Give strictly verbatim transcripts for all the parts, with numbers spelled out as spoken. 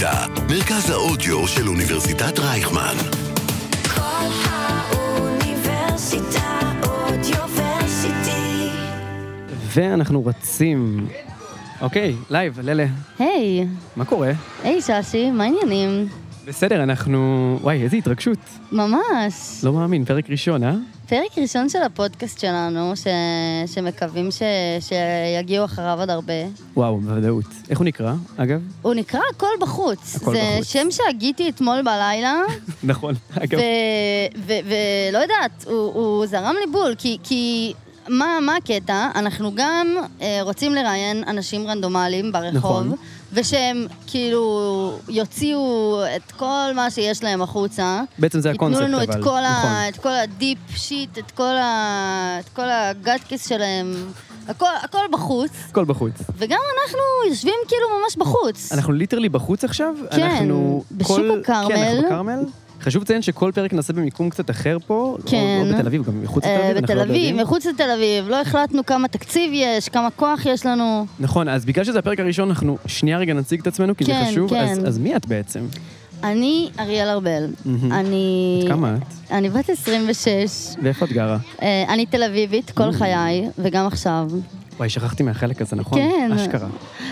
האוניברסיטה, מרכז האודיו של אוניברסיטת רייכמן. כל האוניברסיטה אודיוורסיטי. ואנחנו רצים. אוקיי, לייב, ללה. היי. מה קורה? היי ששי, מה העניינים? בסדר, אנחנו... וואי, איזה התרגשות. ממש. לא מאמין, פרק ראשון, אה? פרק ראשון של הפודקאסט שלנו, ש... שמקווים ש... שיגיעו אחריו עוד הרבה. וואו, בוודאות. איך הוא נקרא, אגב? הוא נקרא הכל בחוץ. הכל זה בחוץ. שם שהגיתי אתמול בלילה. נכון, אגב. ולא יודעת, הוא, הוא זרם לי בול, כי... כי... מה, מה הקטע? אנחנו גם אה, רוצים לראיין אנשים רנדומליים ברחוב, נכון. ושהם כאילו יוציאו את כל מה שיש להם החוצה. בעצם זה הקונספט, אבל. ייתנו לנו את כל, נכון. ה, את כל הדיפ שיט, את כל, ה, את כל הגאטקיס שלהם, הכל, הכל בחוץ. הכל בחוץ. וגם אנחנו יושבים כאילו ממש בחוץ. אנחנו ליטרלי בחוץ עכשיו? כן, אנחנו בשוק כל... הכרמל. כן, אנחנו בכרמל. חשוב לציין שכל פרק נעשה במיקום קצת אחר פה, כן. או, או בתל אביב, גם מחוץ לתל אביב, אנחנו בתל לא אביב, יודעים. מחוץ לתל אביב, לא החלטנו כמה תקציב יש, כמה כוח יש לנו. נכון, אז בגלל שזה הפרק הראשון, אנחנו שנייה רגע נציג את עצמנו, כי כן, זה חשוב, כן. אז, אז מי את בעצם? אני אריאל ארבל. אני... בת כמה את? אני בת עשרים ושש. ואיפה את גרה? אה, אני תל אביבית כל חיי, וגם עכשיו. וואי, שכחתי מהחלק הזה, נכון? כן. אשכרה.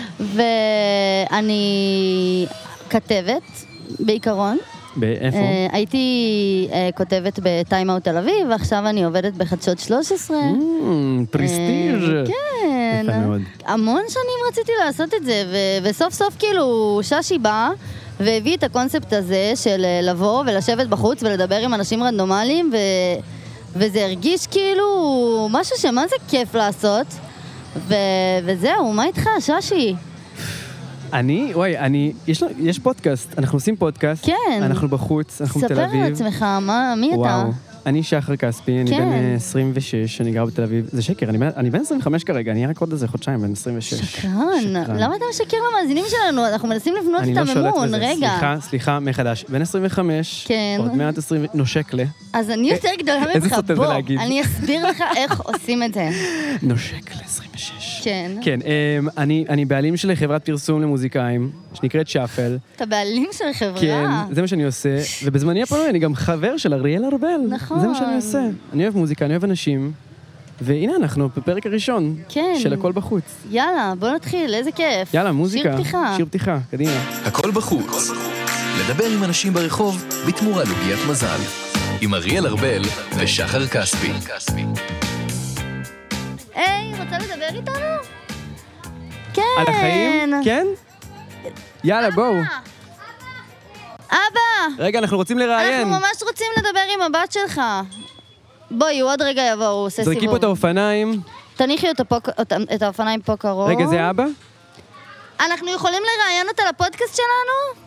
ואני כתבת, בעיקרון. באיפה? אה, הייתי אה, כותבת בטיימאוט תל אביב, ועכשיו אני עובדת בחדשות שלוש עשרה. אמ, פרסטיג'. אה, כן. יפה מאוד. המון שנים רציתי לעשות את זה, ו- וסוף סוף כאילו ששי בא והביא את הקונספט הזה של אה, לבוא ולשבת בחוץ ולדבר עם אנשים רנדומליים, ו- וזה הרגיש כאילו משהו שמה זה כיף לעשות. ו- וזהו, מה איתך, ששי? אני, וואי, אני, יש, יש פודקאסט, אנחנו עושים פודקאסט. כן. אנחנו בחוץ, אנחנו בתל ספר אביב. על עצמך, מה, מי אתה? וואו. אני שחר כספי, אני כן. בן אה, עשרים ושש, אני גר בתל אביב. זה שקר, אני, בן- אני בן עשרים וחמש כרגע, אני רק עוד איזה חודשיים, בן עשרים ושש. שקרן. למה אתה משקר למאזינים שלנו? אנחנו מנסים לבנות אני את לא שולט הממון, בזה. רגע. סליחה, סליחה, מחדש. בן עשרים וחמש, כן. עוד מעט עשרים, נושק ל... אז אני יותר גדולה איזה ממך, סוטה זה בוא, להגיד. אני אסביר לך איך עושים את זה. נושק ל-עשרים ושש. כן. כן, אמ, אני, אני בעלים של חברת פרסום למוזיקאים, שנקראת שפל. אתה בעלים של חברה. כן, זה מה שאני עושה, ובזמני הפנוי אני גם חבר של אריאל ארבל. נכון. זה מה שאני עושה. אני אוהב מוזיקה, אני אוהב אנשים, והנה אנחנו בפרק הראשון. כן. של הכל בחוץ. יאללה, בוא נתחיל, איזה כיף. יאללה, מוזיקה. שיר פתיחה. שיר פתיחה, קדימה. הכל בחוץ. לדבר עם אנשים ברחוב בתמורה לעוגיית מזל. עם אריאל ארבל ושחר כספי. היי, רוצה לדבר איתנו? כן. על החיים? כן? יאללה, בואו. אבא! רגע, אנחנו רוצים לראיין. אנחנו ממש רוצים לדבר עם הבת שלך. בואי, הוא עוד רגע יבוא, הוא עושה סיבוב. זרקי פה את האופניים. תניחי אותו פה, את האופניים פה קרוב. רגע, זה אבא? אנחנו יכולים לראיין אותה לפודקאסט שלנו?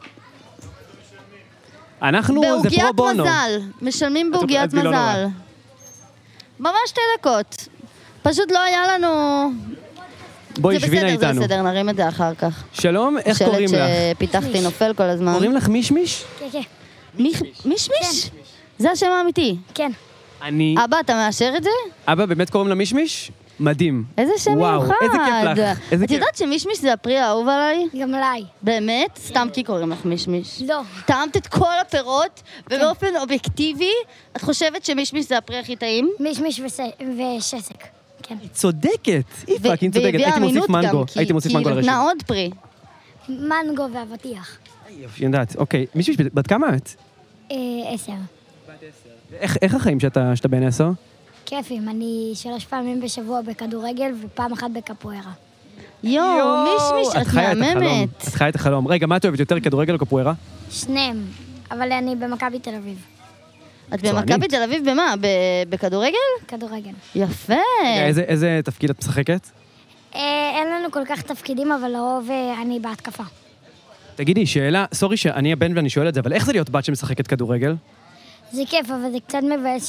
אנחנו, זה פרו בעוגיית בונו. מזל. משלמים בעוגיית עזבי, לא נורא. מזל. ממש שתי דקות. פשוט לא היה לנו... בואי, זה שבינה בסדר, זה איתנו. בסדר, נרים את זה אחר כך. שלום, איך קוראים לך? שלט שפיתחתי נופל כל הזמן. קוראים לך מישמיש? כן, כן. מיש- מישמיש? זה השם האמיתי. כן. אני... אבא, אתה מאשר את זה? אבא, באמת קוראים לה מישמיש? מדהים. איזה שם וואו, מיוחד. איזה כיף לך. איזה את כיף. יודעת שמישמיש זה הפרי האהוב עליי? גם עליי. באמת? סתם כי קוראים לך מישמיש. לא. טעמת את כל הפירות, ובאופן אובייקטיבי, את חושבת שמישמיש זה הפרי הכי טעים? מישמיש וס- ושסק. כן. צודקת. איפה, כי היא צודקת. והביאה הייתי מוסיף אמינות גם, מנגו. כי- הייתי מוסיף כי מנגו היא לרשימה. נתנה עוד פרי. מנגו ואבטיח. יופי, יודעת. אוקיי, מישמיש, בת כמה את? אה, עשר. איך איך החיים שאתה שאתה בן עשר? כיפים, אני שלוש פעמים בשבוע בכדורגל ופעם אחת בקפוארה. יואו, מישמיש, את חיה את החלום. מהממת. את חיה את החלום. רגע, מה את אוהבת יותר, כדורגל או קפוארה? שניהם, אבל אני במכבי תל אביב. את במכבי תל אביב במה? ב- בכדורגל? כדורגל. יפה. רגע, איזה- איזה תפקיד את משחקת? אה, אין לנו כל כך תפקידים, אבל לרוב אה, אני בהתקפה. תגידי, שאלה, סורי שאני הבן ואני שואל את זה, אבל איך זה להיות בת שמשחקת כדורגל? זה כיף, אבל זה קצת מבאס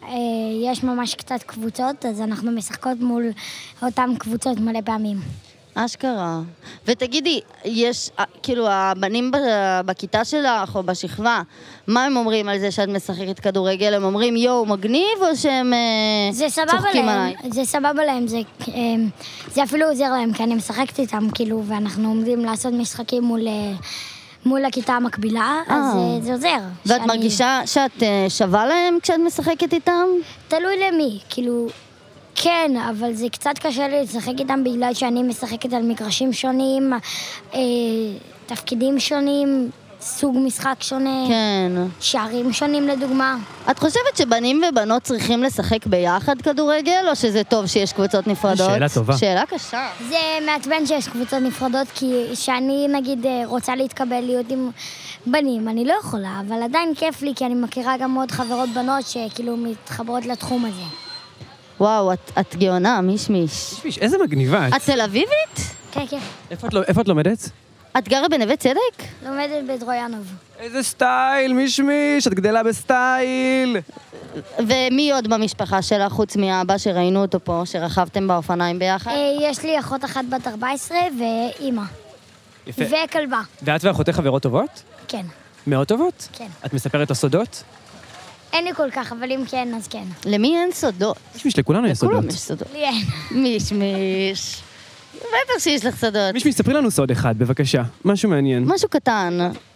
שיש ממש קצת קבוצות, אז אנחנו משחקות מול אותן קבוצות מלא פעמים. אשכרה. ותגידי, יש, כאילו, הבנים בכיתה שלך או בשכבה, מה הם אומרים על זה שאת משחקת כדורגל? הם אומרים, יואו, מגניב, או שהם צוחקים עליי? זה סבבה להם, זה, זה אפילו עוזר להם, כי אני משחקת איתם, כאילו, ואנחנו עומדים לעשות משחקים מול, מול הכיתה המקבילה, אז זה עוזר. ואת שאני... מרגישה שאת שווה להם כשאת משחקת איתם? תלוי למי, כאילו... כן, אבל זה קצת קשה לי לשחק איתם בגלל שאני משחקת על מגרשים שונים, אה, תפקידים שונים, סוג משחק שונה, כן. שערים שונים לדוגמה. את חושבת שבנים ובנות צריכים לשחק ביחד כדורגל, או שזה טוב שיש קבוצות נפרדות? שאלה טובה. שאלה קשה. זה מעצבן שיש קבוצות נפרדות, כי שאני נגיד רוצה להתקבל להיות עם בנים, אני לא יכולה, אבל עדיין כיף לי, כי אני מכירה גם עוד חברות בנות שכאילו מתחברות לתחום הזה. וואו, את, את גאונה, מיש מיש. מיש מיש, איזה מגניבה את. את תל אביבית? כן, כן. איפה את, איפה את לומדת? את גרה בנווה צדק? לומדת בדרויאנוב. איזה סטייל, מיש מיש, את גדלה בסטייל. ומי עוד במשפחה שלך, חוץ מהאבא שראינו אותו פה, שרכבתם באופניים ביחד? יש לי אחות אחת בת ארבע עשרה ואימא. יפה. וכלבה. ואת ואחותך חברות טובות? כן. מאוד טובות? כן. את מספרת הסודות? אין לי כל כך, אבל אם כן, אז כן. למי אין סודות? מיש מיש, לכולנו יש סודות. לכולם יש סודות. לי אין. מיש מיש. בטח שיש לך סודות. מיש מיש, ספרי לנו סוד אחד, בבקשה. משהו מעניין. משהו קטן.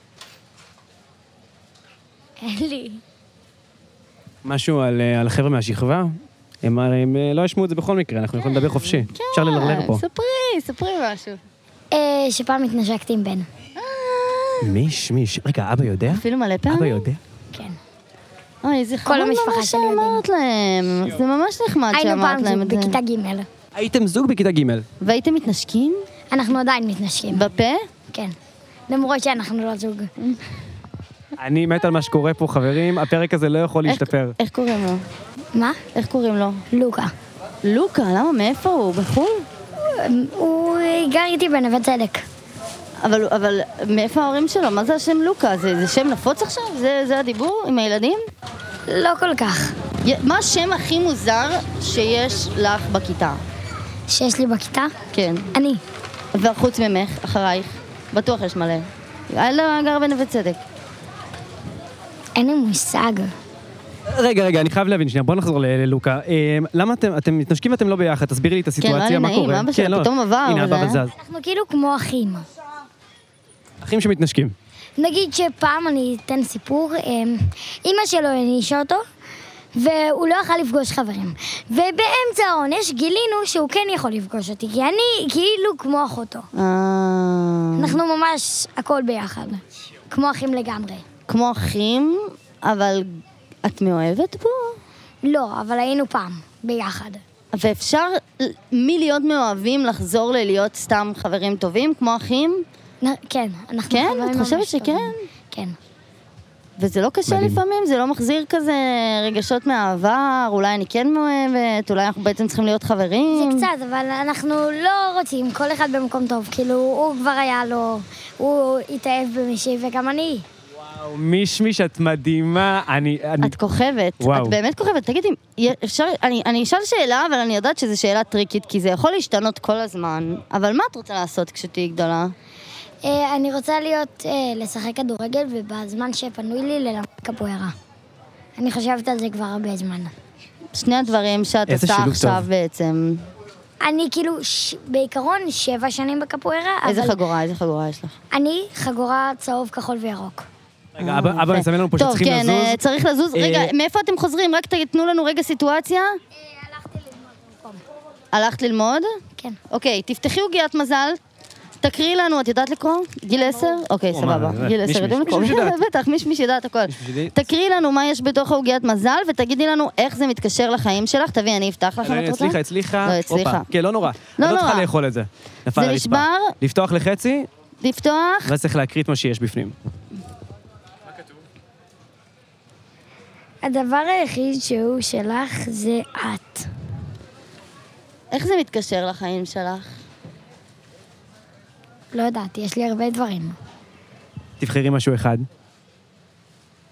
אין לי. משהו על, על החבר'ה מהשכבה? הם, הם לא ישמעו את זה בכל מקרה, אנחנו יכולים לדבר חופשי. אפשר ללרלר פה. ספרי, ספרי משהו. אה, שפעם התנשקתי עם בן. מיש מיש. רגע, אבא יודע? אפילו מלא פעמים? אבא יודע? כן. אוי, זה חמוד ממש שאמרת להם. זה ממש נחמד שאמרת להם את זה. היינו פעם זוג בכיתה ג'. הייתם זוג בכיתה ג'. והייתם מתנשקים? אנחנו עדיין מתנשקים. בפה? כן. למרות שאנחנו לא זוג. אני מת על מה שקורה פה, חברים. הפרק הזה לא יכול להשתפר. איך קוראים לו? מה? איך קוראים לו? לוקה. לוקה, למה? מאיפה הוא? בחו"ל? הוא גר איתי בנווה צדק. אבל, אבל מאיפה ההורים שלו? מה זה השם לוקה? זה, זה שם נפוץ עכשיו? זה, זה הדיבור עם הילדים? לא כל כך. מה השם הכי מוזר שיש לך בכיתה? שיש לי בכיתה? כן. אני. וחוץ ממך, אחרייך, בטוח יש מלא. אללה גר בנווה צדק. אין לי מושג. רגע, רגע, אני חייב להבין, שנייה, בוא נחזור ללוקה. למה אתם, אתם מתנשקים ואתם לא ביחד? תסבירי לי את הסיטואציה, מה קורה? כן, אבא שלה פתאום עבר. הנה, אבא זז. אנחנו כאילו כמו אחים. אחים שמתנשקים. נגיד שפעם אני אתן סיפור, אמא שלו הענישה אותו, והוא לא יכול לפגוש חברים. ובאמצע העונש גילינו שהוא כן יכול לפגוש אותי, כי אני כאילו כמו אחותו. אנחנו ממש הכל ביחד. כמו אחים לגמרי. כמו אחים, אבל את מאוהבת בו? לא, אבל היינו פעם, ביחד. ואפשר מלהיות מאוהבים לחזור ללהיות סתם חברים טובים, כמו אחים? כן, אנחנו כן? חברים ממש את חושבת טובים. שכן? כן. וזה לא קשה מדהים. לפעמים? זה לא מחזיר כזה רגשות מהעבר? אולי אני כן מאוהבת? אולי אנחנו בעצם צריכים להיות חברים? זה קצת, אבל אנחנו לא רוצים, כל אחד במקום טוב. כאילו, הוא כבר היה לו, הוא התאהב במישהי וגם אני. וואו, מיש מיש, את מדהימה. אני... אני... את כוכבת, וואו. את באמת כוכבת. תגידי, אפשר, אני, אני אשאל שאלה, אבל אני יודעת שזו שאלה טריקית, כי זה יכול להשתנות כל הזמן. אבל מה את רוצה לעשות כשתהיי גדולה? אני רוצה להיות, לשחק כדורגל, ובזמן שפנוי לי ללמד קפוארה. אני חושבת על זה כבר הרבה זמן. שני הדברים שאת איזה עושה שילוב עכשיו טוב. בעצם. אני כאילו, ש... בעיקרון, שבע שנים בקפוארה, איזה אבל חגורה, איזה חגורה יש לך? אני חגורה צהוב, כחול וירוק. רגע, אבא, אבא מסמן לנו פה טוב, שצריכים כן, לזוז. אה, צריך לזוז. אה, רגע, מאיפה אתם חוזרים? רק תתנו לנו רגע סיטואציה. הלכתי ללמוד במקום. הלכת ללמוד? כן. אוקיי, תפתחי עוגיית מזל. תקריאי לנו, את יודעת לקרוא? גיל עשר? אוקיי, או, סבבה. מה, גיל מיש עשר, יודעים מיש, לקרוא. מיש מיש יודעת. בטח, מיש מיש יודעת הכל. מיש מיש יודעת. תקריאי לנו מה יש בתוך העוגיית מזל, ותגידי לנו איך זה מתקשר לחיים שלך. תביאי, אני אפתח לך אם את רוצה. הצליחה, הצליחה. לא, הצליחה. הופה. כן, לא נורא. לא את לא צריכה נורא. לאכול את זה. נפל זה על הרצפה. נשבר? לפתוח לחצי, לפתוח. ואז צריך להקריא את מה שיש בפנים. הדבר היחיד שהוא שלך זה את. איך זה מתקשר לחיים שלך? לא יודעת, יש לי הרבה דברים. תבחרי משהו אחד.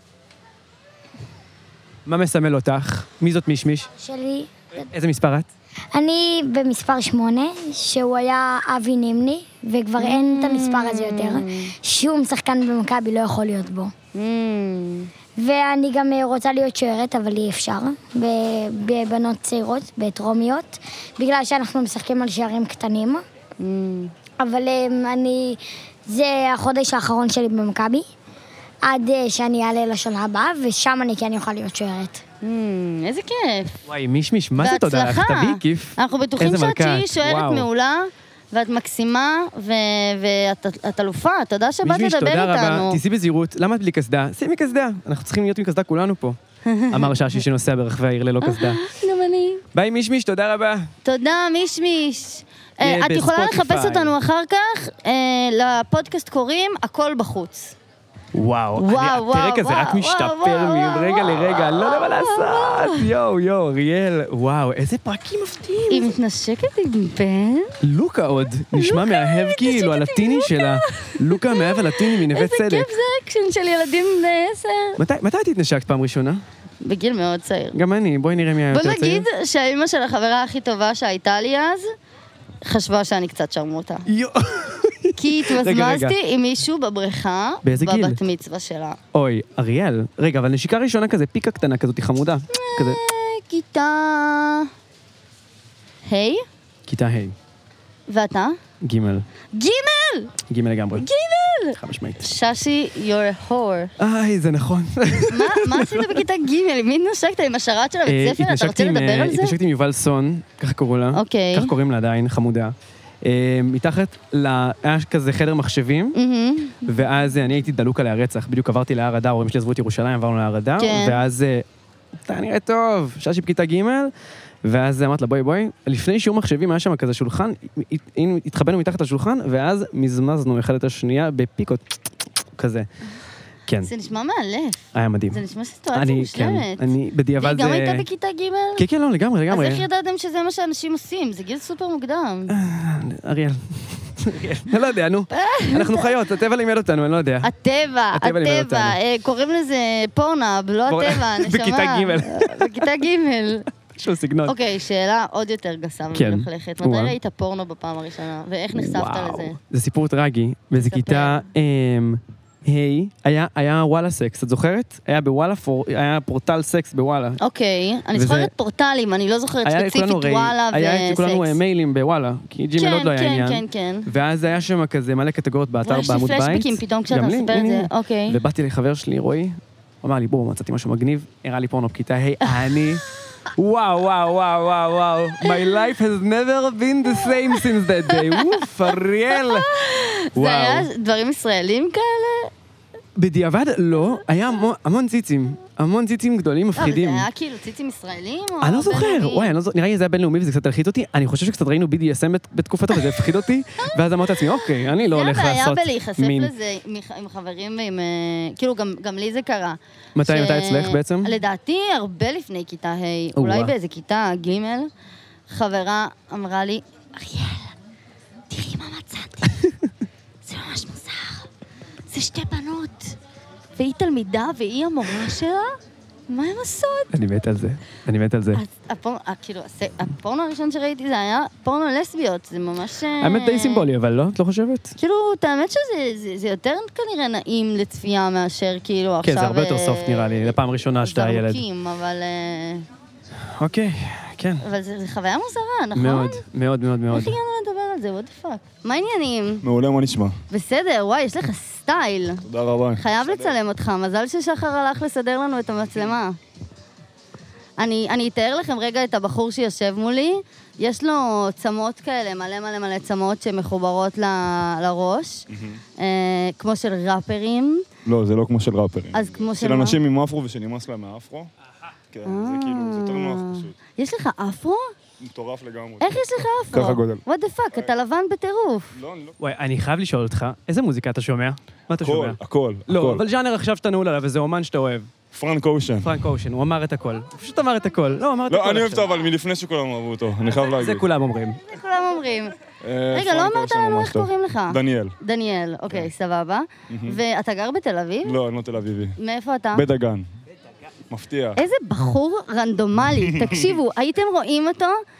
מה מסמל אותך? מי זאת מיש מיש? שלי, איזה מספר את? אני במספר שמונה, שהוא היה אבי נימני, וכבר אין את המספר הזה יותר. שום שחקן במכבי לא יכול להיות בו. ואני גם רוצה להיות שוערת, אבל אי אפשר, בבנות צעירות, בטרומיות, בגלל שאנחנו משחקים על שערים קטנים. אבל אני, זה החודש האחרון שלי במכבי, עד שאני אעלה לשנה הבאה, ושם אני כן אוכל להיות שוערת. איזה כיף. וואי, מישמיש, מה זה תודה לך? תביאי כיף. אנחנו בטוחים שאת שהיא שוערת מעולה, ואת מקסימה, ואת אלופה, תודה שבאת לדבר איתנו. מישמיש, תודה רבה, תיסי בזהירות, למה את בלי קסדה? שימי קסדה, אנחנו צריכים להיות עם קסדה כולנו פה. אמר ששי שנוסע ברחבי העיר ללא קסדה. גם אני. ביי מישמיש, תודה רבה. תודה מישמיש. את יכולה לחפש אותנו אחר כך, לפודקאסט קוראים הכל בחוץ. וואו, תראה כזה רק משתפר מרגע לרגע, אני לא יודע מה לעשות. יואו, יואו, אריאל, וואו, איזה פרקים מפתיעים. היא מתנשקת עם בן. לוקה עוד, נשמע מאהב כאילו, הלטיני שלה. לוקה מאהב הלטיני מנווה צדק. איזה כיף זה אקשן של ילדים בני עשר. מתי את התנשקת פעם ראשונה? בגיל מאוד צעיר. גם אני, בואי נראה מי היה יותר צעיר. בוא נגיד שהאמא של החברה הכי טובה שהייתה לי אז, חשבה שאני קצת שרמוטה. יואו. כי התמזמזתי עם מישהו בבריכה, בבת מצווה שלה. אוי, אריאל, רגע, אבל נשיקה ראשונה כזה, פיקה קטנה כזאת, היא חמודה. כזה. כיתה... היי? כיתה היי. ואתה? גימל. גימל! גימל לגמרי. גימל! חד משמעית. ששי, you're a whore. איי, זה נכון. מה עשית בכיתה גימל? מי נשקת עם השרת של הבית ספר? אתה רוצה לדבר על זה? התנשקתי עם יובל סון, ככה קראו לה. אוקיי. כך קוראים לה עדיין, חמודה. מתחת, היה כזה חדר מחשבים, ואז אני הייתי דלוק עליה רצח, בדיוק עברתי להר הדר, הורים שלי עזבו את ירושלים, עברנו להר הדר, ואז, אתה נראה טוב, ששי בכיתה ג' ואז אמרת לה בואי בואי, לפני שיעור מחשבים היה שם כזה שולחן, התחבאנו מתחת לשולחן, ואז מזמזנו אחד את השנייה בפיקות, כזה. כן. זה נשמע מאלף. היה מדהים. זה נשמע סיטואציה מושלמת. אני בדיעבד זה... והיא גם הייתה בכיתה ג'? כן, כן, לא, לגמרי, לגמרי. אז איך ידעתם שזה מה שאנשים עושים? זה גיל סופר מוקדם. אריאל. אני לא יודע, נו. אנחנו חיות, הטבע לימד אותנו, אני לא יודע. הטבע, הטבע. קוראים לזה פורנאב, לא הטבע, נשמה. בכיתה ג'. בכיתה ג'. שום סגנון. אוקיי, שאלה עוד יותר גסה ומלכלכת. מתי ראית פורנו בפעם הראשונה? ואיך נחשפת לזה? זה סיפור טרגי. וזה כיתה... היי, היה, היה וואלה סקס, את זוכרת? היה בוואלה, היה פורטל סקס בוואלה. אוקיי, אני זוכרת פורטלים, אני לא זוכרת ספציפית וואלה וסקס. היה לכולנו מיילים בוואלה, כי ג'ימל עוד לא היה עניין. כן, כן, כן. ואז היה שם כזה מלא קטגוריות באתר בעמוד בית. יש לי פלשבקים פתאום כשאתה מספר את זה, אוקיי. ובאתי לחבר שלי, רועי, הוא אמר לי, בואו, מצאתי משהו מגניב, הראה לי פורנו בכיתה, היי, אני... וואו, וואו, וואו, וואו, וואו. My life has never been the same since that day. וואו, אריאל. זה היה דברים ישראלים כאלה? בדיעבד לא, היה המון ציצים, המון ציצים גדולים, מפחידים. זה היה כאילו ציצים ישראלים או... אני לא זוכר, וואי, נראה לי זה היה בינלאומי וזה קצת הלחיץ אותי, אני חושב שקצת ראינו בי די אס אם בתקופתו וזה הפחיד אותי, ואז אמרתי לעצמי, אוקיי, אני לא הולך לעשות מין. זה היה בלהיחשף לזה עם חברים ועם... כאילו, גם לי זה קרה. מתי, מתי אצלך בעצם? לדעתי, הרבה לפני כיתה ה', אולי באיזה כיתה ג', חברה אמרה לי, אריאל, תראי מה מצאתי, זה ממש מוזר. זה שתי בנות, והיא תלמידה והיא המורה שלה, מה הם עושות? אני מת על זה, אני מת על זה. כאילו, הפורנו הראשון שראיתי זה היה פורנו לסביות, זה ממש... האמת די סימבולי, אבל לא? את לא חושבת? כאילו, האמת שזה יותר כנראה נעים לצפייה מאשר כאילו עכשיו... כן, זה הרבה יותר סופט נראה לי, לפעם ראשונה שאתה ילד. זרקים, אבל... אוקיי, כן. אבל זו חוויה מוזרה, נכון? מאוד, מאוד, מאוד, מאוד. איך הגענו לדבר על זה? what the fuck? מה העניינים? מעולה, מה נשמע? בסדר, וואי, יש לך סטייל. תודה רבה. חייב לצלם אותך, מזל ששחר הלך לסדר לנו את המצלמה. אני, אני אתאר לכם רגע את הבחור שיושב מולי, יש לו צמות כאלה, מלא מלא מלא צמות שמחוברות ל, לראש, אה, כמו של ראפרים. לא, זה לא כמו של ראפרים. אז כמו של של אנשים עם אפרו ושנמאס להם מהאפרו. כן, זה כאילו, זה יותר נוח פשוט. יש לך אפרו? מטורף לגמרי. איך יש לך אפרו? ככה גודל. what the fuck, אתה לבן בטירוף. לא, אני לא... וואי, אני חייב לשאול אותך, איזה מוזיקה אתה שומע? מה אתה שומע? הכל, הכל. לא, אבל ז'אנר עכשיו שאתה נעול עליו, וזה אומן שאתה אוהב. פרנק אושן. פרנק אושן, הוא אמר את הכל. הוא פשוט אמר את הכל. לא, אמר את הכל. לא, אני אוהב אותו, אבל מלפני שכולם אהבו אותו. אני חייב להגיד. זה כולם אומרים. זה כולם אומרים. רגע, לא אמרת לנו איך קוראים לך? דניאל. דניאל, אוקיי, סבבה. ואתה גר בתל אביב? לא, אני לא תל אביבי. מאיפה אתה? בית דגן. מפתיע. איזה בחור רנדומלי. תקשיבו, הייתם רואים אותו?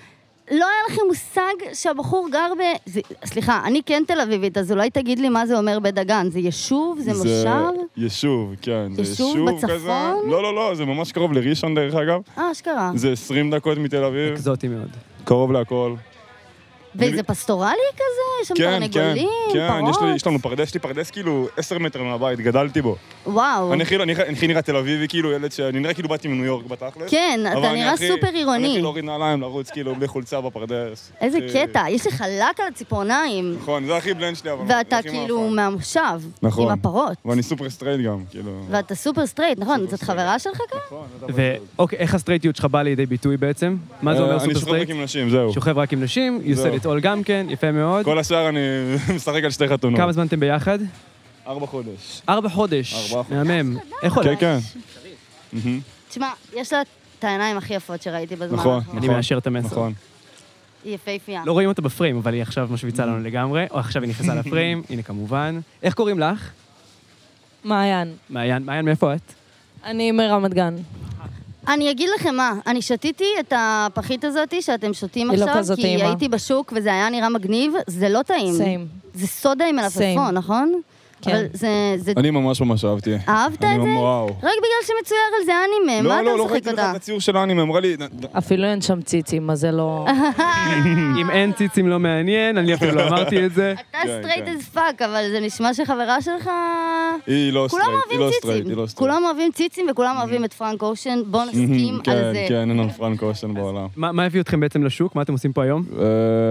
לא היה לכם מושג שהבחור גר ב... זה, סליחה, אני כן תל אביבית, אז אולי תגיד לי מה זה אומר בדגן. זה יישוב? זה, זה מושב? יישוב, כן. יישוב, זה יישוב בצפון? כזה. לא, לא, לא, זה ממש קרוב לראשון דרך אגב. אה, אשכרה. זה עשרים דקות מתל אביב. אקזוטי מאוד. קרוב להכל. וזה פסטורלי כזה? יש שם כן, תרנגולים, כן, כן, יש, פרות? לי, יש לנו פרדס, יש לי פרדס כאילו עשר מטר מהבית, גדלתי בו. וואו. אני הכי, אני הכי נראה תל אביבי, כאילו ילד שאני נראה כאילו באתי מניו יורק בתכלס. כן, אתה נראה סופר אני עירוני. הכי להוריד נעליים, לרוץ כאילו בלי חולצה בפרדס. איזה הכי- קטע, יש לך לק על הציפורניים, נכון, זה הכי בלנד שלי, אבל... זה ואתה הכי כאילו מאפן. מהמושב, נכון. עם הפרות. ואני סופר סטרייט גם, כאילו... ואתה סופר סטרייט, נכון? זאת חברה שלך כאן? נכון, זה דבר טוב. ואוקיי, איך הסטרייטיות שלך באה לידי ביטוי בעצם? מה זה אומר אה, סופר אני שוכב סטרייט? רק עם נשים, זהו. שוכב רק עם נשים, you זהו. said it all גם כן, יפה מאוד. כל השאר אני משחק על שתי חתונות. כמה זמן אתם ביחד? ארבע חודש. ארבע חודש. ארבעה חודש. מהמם. איך הולך? כן, כן. מהמם. תשמע, יש לה את העיניים הכי יפות שראיתי בזמן נכון, האחרון. אני נכון, מאשר את המסר. נכון. היא יפהפייה. לא רואים אותה בפריים, אבל היא עכשיו משוויצה לנו לגמרי, או עכשיו היא נכנסה לפריים, הנה כמובן. איך קוראים לך? מעיין. מעיין, מעיין, מאיפה את? אני מרמת גן. אני אגיד לכם מה, אני שתיתי את הפחית הזאת שאתם שותים היא לא עכשיו, כזאת כי טעימה. הייתי בשוק וזה היה נראה מגניב, זה לא טעים. סיים. זה סודה עם מלפפון, Same. נכון? כן. אבל זה... זה- אני ממש ממש אהבתי. אהבת אני את זה? ממש- וואו. רק בגלל שמצויר על זה אנימה, מה לא, אתה לא, לא משחק ראיתי אותה? לך את הציור של האנימה, אמרה לי... אפילו אין שם ציצים, אז זה לא... אם אין ציצים לא מעניין, אני אפילו לא אמרתי את זה. אתה כן, סטרייט כן. אז פאק, אבל זה נשמע שחברה שלך... היא לא כולם סטרייט, היא אוהבים לא סטרייט, היא ציצים. לא סטרייט. כולם אוהבים ציצים וכולם אוהבים את פרנק אושן, בוא נסכים כן, על זה. כן, אין לנו פרנק אושן בעולם. מה מה הביא אתכם בעצם לשוק? מה אתם עושים פה היום? אה,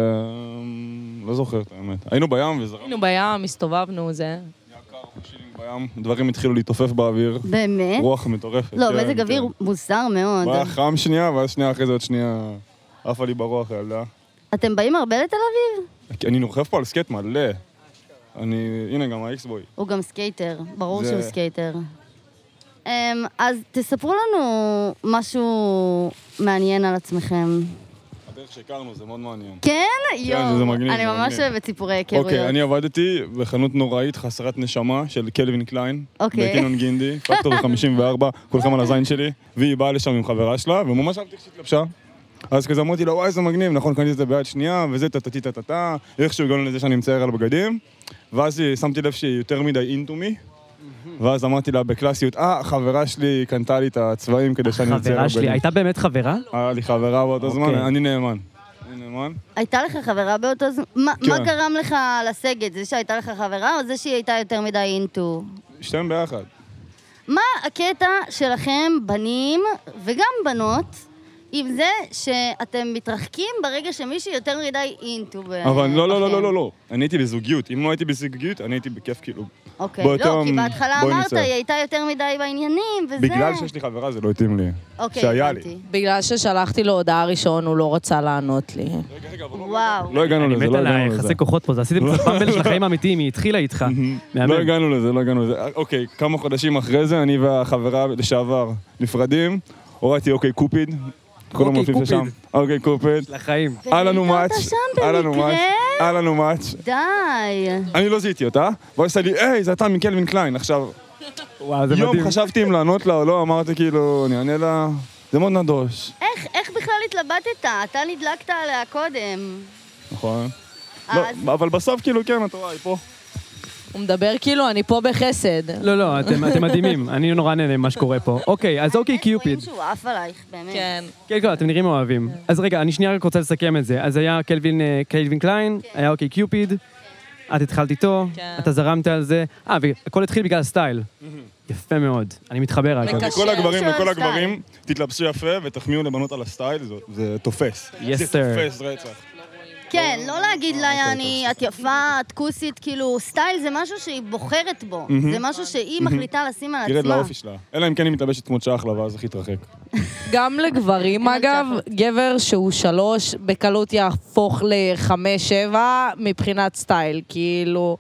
לא זוכר את האמת. היינו בים וזרמנו. היינו בים, הסתובבנו, זה... בים, דברים התחילו להתעופף באוויר. באמת? רוח מטורפת. לא, כן, מזג אוויר כן. מוזר מאוד. היה חם שנייה, ואז שנייה אחרי זה עוד שנייה עפה לי ברוח, ילדה. אתם באים הרבה לתל אביב? אני נורחב פה על סקייט מלא. אני, הנה גם האקסבוי. הוא גם סקייטר, ברור זה- שהוא סקייטר. אמ, אז תספרו לנו משהו מעניין על עצמכם. הדרך שהכרנו זה מאוד מעניין. כן? יואו, זה מגניב, אני זה ממש מגניב. אוהבת סיפורי היכרויות. אוקיי, אני עבדתי בחנות נוראית חסרת נשמה של קלווין קליין. אוקיי. בקינון גינדי, פקטור חמישים וארבע, כולכם על הזין שלי. והיא באה לשם עם חברה שלה, וממש אהבתי איך שהתלבשה. אז כזה אמרתי לה, וואי, איזה מגניב, נכון, קניתי את זה ביד שנייה, וזה טה-טה-טה-טה, איכשהו הגענו לזה שאני מצייר על בגדים. ואז היא- שמתי לב שהיא יותר מדי אינטו מי. ואז אמרתי לה בקלאסיות, אה, חברה שלי קנתה לי את הצבעים כדי שאני אצייר על חברה שלי, בגדים. הייתה באמת חברה? היה לי חברה באותו זמן, אוקיי. אני נאמן. אני נאמן. הייתה לך חברה באותו זמן? מה כן. מה גרם לך לסגת? זה שהייתה לך חברה או זה שהיא הייתה יותר מדי אינטו? שתיהם ביחד. מה הקטע שלכם, בנים וגם בנות, עם זה שאתם מתרחקים ברגע שמישהי יותר מדי אינטו בכם? אבל לא, לא, לא, לא, לא, לא. אני הייתי בזוגיות. אם לא הייתי בזוגיות, אני הייתי בכיף כאילו. אוקיי, בוא, לא, תום, כי בהתחלה בואי אמרת, נצא. היא הייתה יותר מדי בעניינים, וזה... בגלל שיש לי חברה זה לא התאים לי. אוקיי, שהיה לי. הבנתי. בגלל ששלחתי לו הודעה ראשון, הוא לא רצה לענות לי. וואו. לא הגענו אני לזה, מת לא על הגענו לזה. היחסי כוחות פה, זה עשיתם קצת פאמבל של החיים האמיתיים, היא התחילה איתך. לא מהמם. הגענו לזה, לא הגענו לזה. אוקיי, כמה חודשים אחרי זה, אני והחברה לשעבר נפרדים. הורדתי אוקיי קופיד. כל אוקיי, המופיעים ששם. קופיד. אוקיי קופיד. לחיים. היה לנו והיית מאץ'. שם היה לנו במקרה? מאץ'. היה לנו מאץ'. די. אני לא זיהיתי אותה. והוא עשה לי, היי, זה אתה מקלווין קליין. עכשיו, וואו, זה יום מדהים. חשבתי אם לענות לה או לא, אמרתי כאילו, אני אענה לה. זה מאוד נדוש. איך, איך בכלל התלבטת? אתה נדלקת עליה קודם. נכון. אז? לא, אבל בסוף כאילו, כן, אתה רואה, היא פה. הוא מדבר כאילו, אני פה בחסד. לא, לא, אתם אתם מדהימים, אני נורא נהנה ממה שקורה פה. אוקיי, אז אוקיי איך רואים קיופיד. שהוא עף עלייך, באמת. כן. כן, כן, אתם נראים אוהבים. אז רגע, אני שנייה רק רוצה לסכם את זה. אז היה קלווין, אה, קלווין קליין, היה אוקיי קיופיד, את התחלת איתו, כן. אתה זרמת על זה. אה, והכל התחיל בגלל הסטייל. יפה מאוד, אני מתחבר אגב. מקשר. לכל הגברים, של לכל הסטייל. הגברים, תתלבשו יפה ותחמיאו לבנות על הסטייל, זה- זה תופס. Yes, זה sir. תופס רצח. כן, לא להגיד לה, יעני, את יפה, את כוסית, כאילו, סטייל זה משהו שהיא בוחרת בו. זה משהו שהיא מחליטה לשים על תרד עצמה. לאופי שלה. אלא אם כן היא מתלבשת כמו צ'חלה, ואז הכי תרחק. גם לגברים, אין אגב, הצלחות. גבר שהוא שלוש, בקלות יהפוך לחמש, שבע, מבחינת סטייל, כאילו,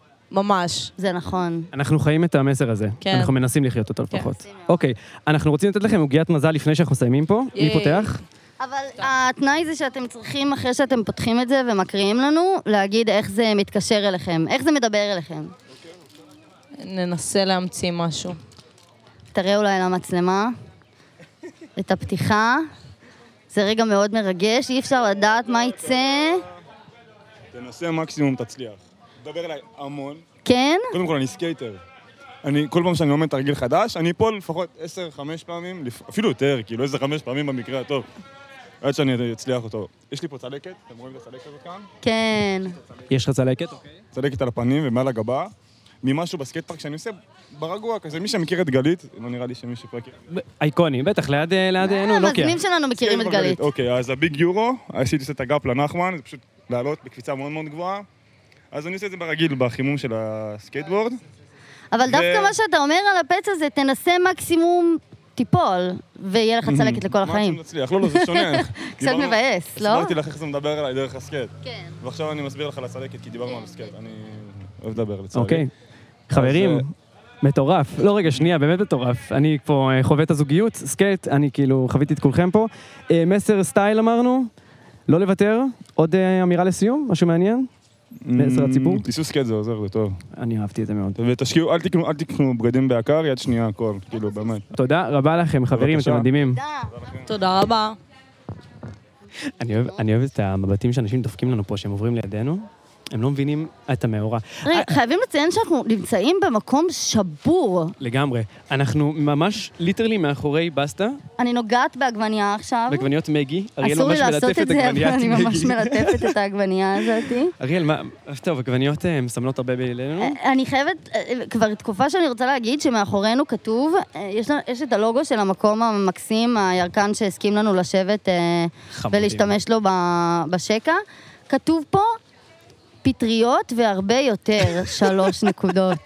ממש. זה נכון. אנחנו חיים את המסר הזה. כן. אנחנו מנסים לחיות אותו לפחות. מנסים מאוד. אוקיי, אנחנו רוצים לתת לכם עוגיית מזל לפני שאנחנו מסיימים פה. מי ייי. פותח? אבל התנאי זה שאתם צריכים, אחרי שאתם פותחים את זה ומקריאים לנו, להגיד איך זה מתקשר אליכם, איך זה מדבר אליכם. ננסה להמציא משהו. תראה אולי למצלמה את הפתיחה. זה רגע מאוד מרגש, אי אפשר לדעת מה יצא. תנסה מקסימום תצליח. דבר אליי המון. כן? קודם כל, אני סקייטר. אני, כל פעם שאני לומד תרגיל חדש, אני אפול לפחות עשר, חמש פעמים, אפילו יותר, כאילו עשר, חמש פעמים במקרה הטוב. עד שאני אצליח אותו. יש לי פה צלקת, אתם רואים את הצלקת הזאת כאן? כן. יש לך צלקת? צלקת על הפנים ומעל הגבה. ממשהו בסקייט פארק שאני עושה ברגוע כזה. מי שמכיר את גלית, לא נראה לי שמישהו פה מכיר. אייקוני, בטח, ליד, ליד, נו, נוקיה. המאזינים שלנו מכירים את גלית. אוקיי, אז הביג יורו, עשיתי את הגאפ לנחמן, זה פשוט לעלות בקפיצה מאוד מאוד גבוהה. אז אני עושה את זה ברגיל, בחימום של הסקייטבורד. אבל דווקא מה שאתה אומר על הפצע זה, תנסה מקסימום טיפול, ויהיה לך צלקת לכל החיים. מה שנצליח, לא, לא, זה שונה. קצת מבאס, לא? הסברתי לך איך זה מדבר אליי דרך הסקייט. כן. ועכשיו אני מסביר לך על הצלקת, כי דיברנו על הסקייט. אני אוהב לדבר לצערי. אוקיי. חברים, מטורף. לא, רגע, שנייה, באמת מטורף. אני פה חווה את הזוגיות, סקייט, אני כאילו חוויתי את כולכם פה. מסר סטייל אמרנו, לא לוותר. עוד אמירה לסיום, משהו מעניין? מסר הציבור? תיסעו סקייט, זה עוזר, זה טוב. אני אהבתי את זה מאוד. ותשקיעו, אל תקנו, אל תקנו בגדים בעיקר, יד שנייה, הכל, כאילו, באמת. תודה רבה לכם, חברים, אתם מדהימים. תודה רבה. אני אוהב, אני אוהב את המבטים שאנשים דופקים לנו פה, שהם עוברים לידינו. הם לא מבינים את המאורע. רגע, חייבים לציין שאנחנו נמצאים במקום שבור. לגמרי. אנחנו ממש ליטרלי מאחורי בסטה. אני נוגעת בעגבניה עכשיו. בעגבניות מגי. אריאל אסור לי ממש לעשות מלטף את את זה, אבל עגבניית אני ממש מגי. מלטפת את העגבנייה הזאת. אריאל, מה... טוב, עגבניות מסמלות הרבה בילינו. אני חייבת, כבר תקופה שאני רוצה להגיד שמאחורינו כתוב, יש, יש את הלוגו של המקום המקסים, הירקן שהסכים לנו לשבת ולהשתמש לו בשקע. כתוב פה, פטריות והרבה יותר, שלוש נקודות.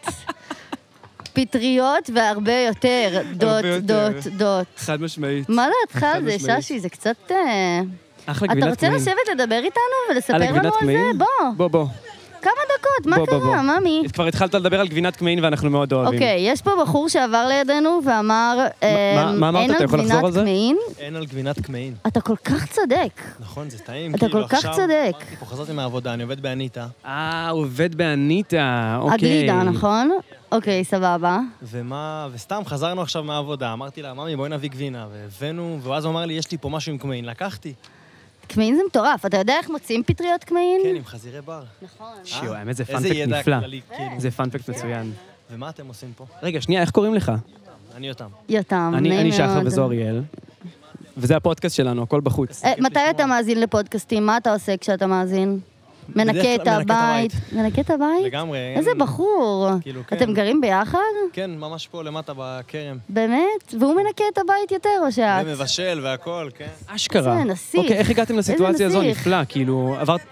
פטריות והרבה יותר, דוט, דוט, דוט. חד משמעית. מה דעתך על זה, ששי? זה קצת... אחלה אתה גבינת רוצה קמין. לשבת לדבר איתנו ולספר על לנו הגבינת על זה? קמין? בוא. בוא, בוא. כמה דקות, מה בוא, בוא, בוא. קרה, ממי? כבר התחלת לדבר על גבינת קמין ואנחנו מאוד אוהבים. אוקיי, יש פה בחור שעבר לידינו ואמר, מה- מה אמרת? אין אתה על יכול לחזור גבינת על זה? קמעין. אין על גבינת קמעין. אתה כל כך צודק. נכון, זה טעים. אתה כאילו, כל כך עכשיו צודק. אמרתי פה, חזרתי מהעבודה, אני עובד באניטה. אה, הוא עובד באניטה, אוקיי. הגלידה, נכון? אוקיי, סבבה. ומה, וסתם חזרנו עכשיו מהעבודה, אמרתי לה, ממי, בואי נביא גבינה, והבאנו, ואז הוא אמר לי, יש לי פה משהו עם קמעין, לקחתי. קמעין זה מטורף. אתה יודע איך מוצאים פטריות קמעין? כן, עם חזירי בר. נכון. שיו, האמת זה איזה פאנפקט ידע נפלא. כללי, כאילו. זה פאנפקט מצוין. ומה אתם עושים פה? רגע, שנייה, איך קוראים לך? אני אותם. יותם, אני נעים אני שחר מאוד. וזו אריאל. וזה הפודקאסט שלנו, הכל בחוץ. אה, מתי אתה מאזין לפודקאסטים? מה אתה עושה כשאתה מאזין? מנקה בדרך את כלל מנקה את הבית. מנקה את הבית? לגמרי. אין- איזה בחור. כאילו, כן. אתם גרים ביחד? כן, ממש פה למטה בכרם. באמת? והוא מנקה את הבית יותר או שאת? ומבשל והכל, כן. אשכרה. איזה נסיך. אוקיי, איך הגעתם לסיטואציה הזו? נסיך. נפלא, כאילו, עברת...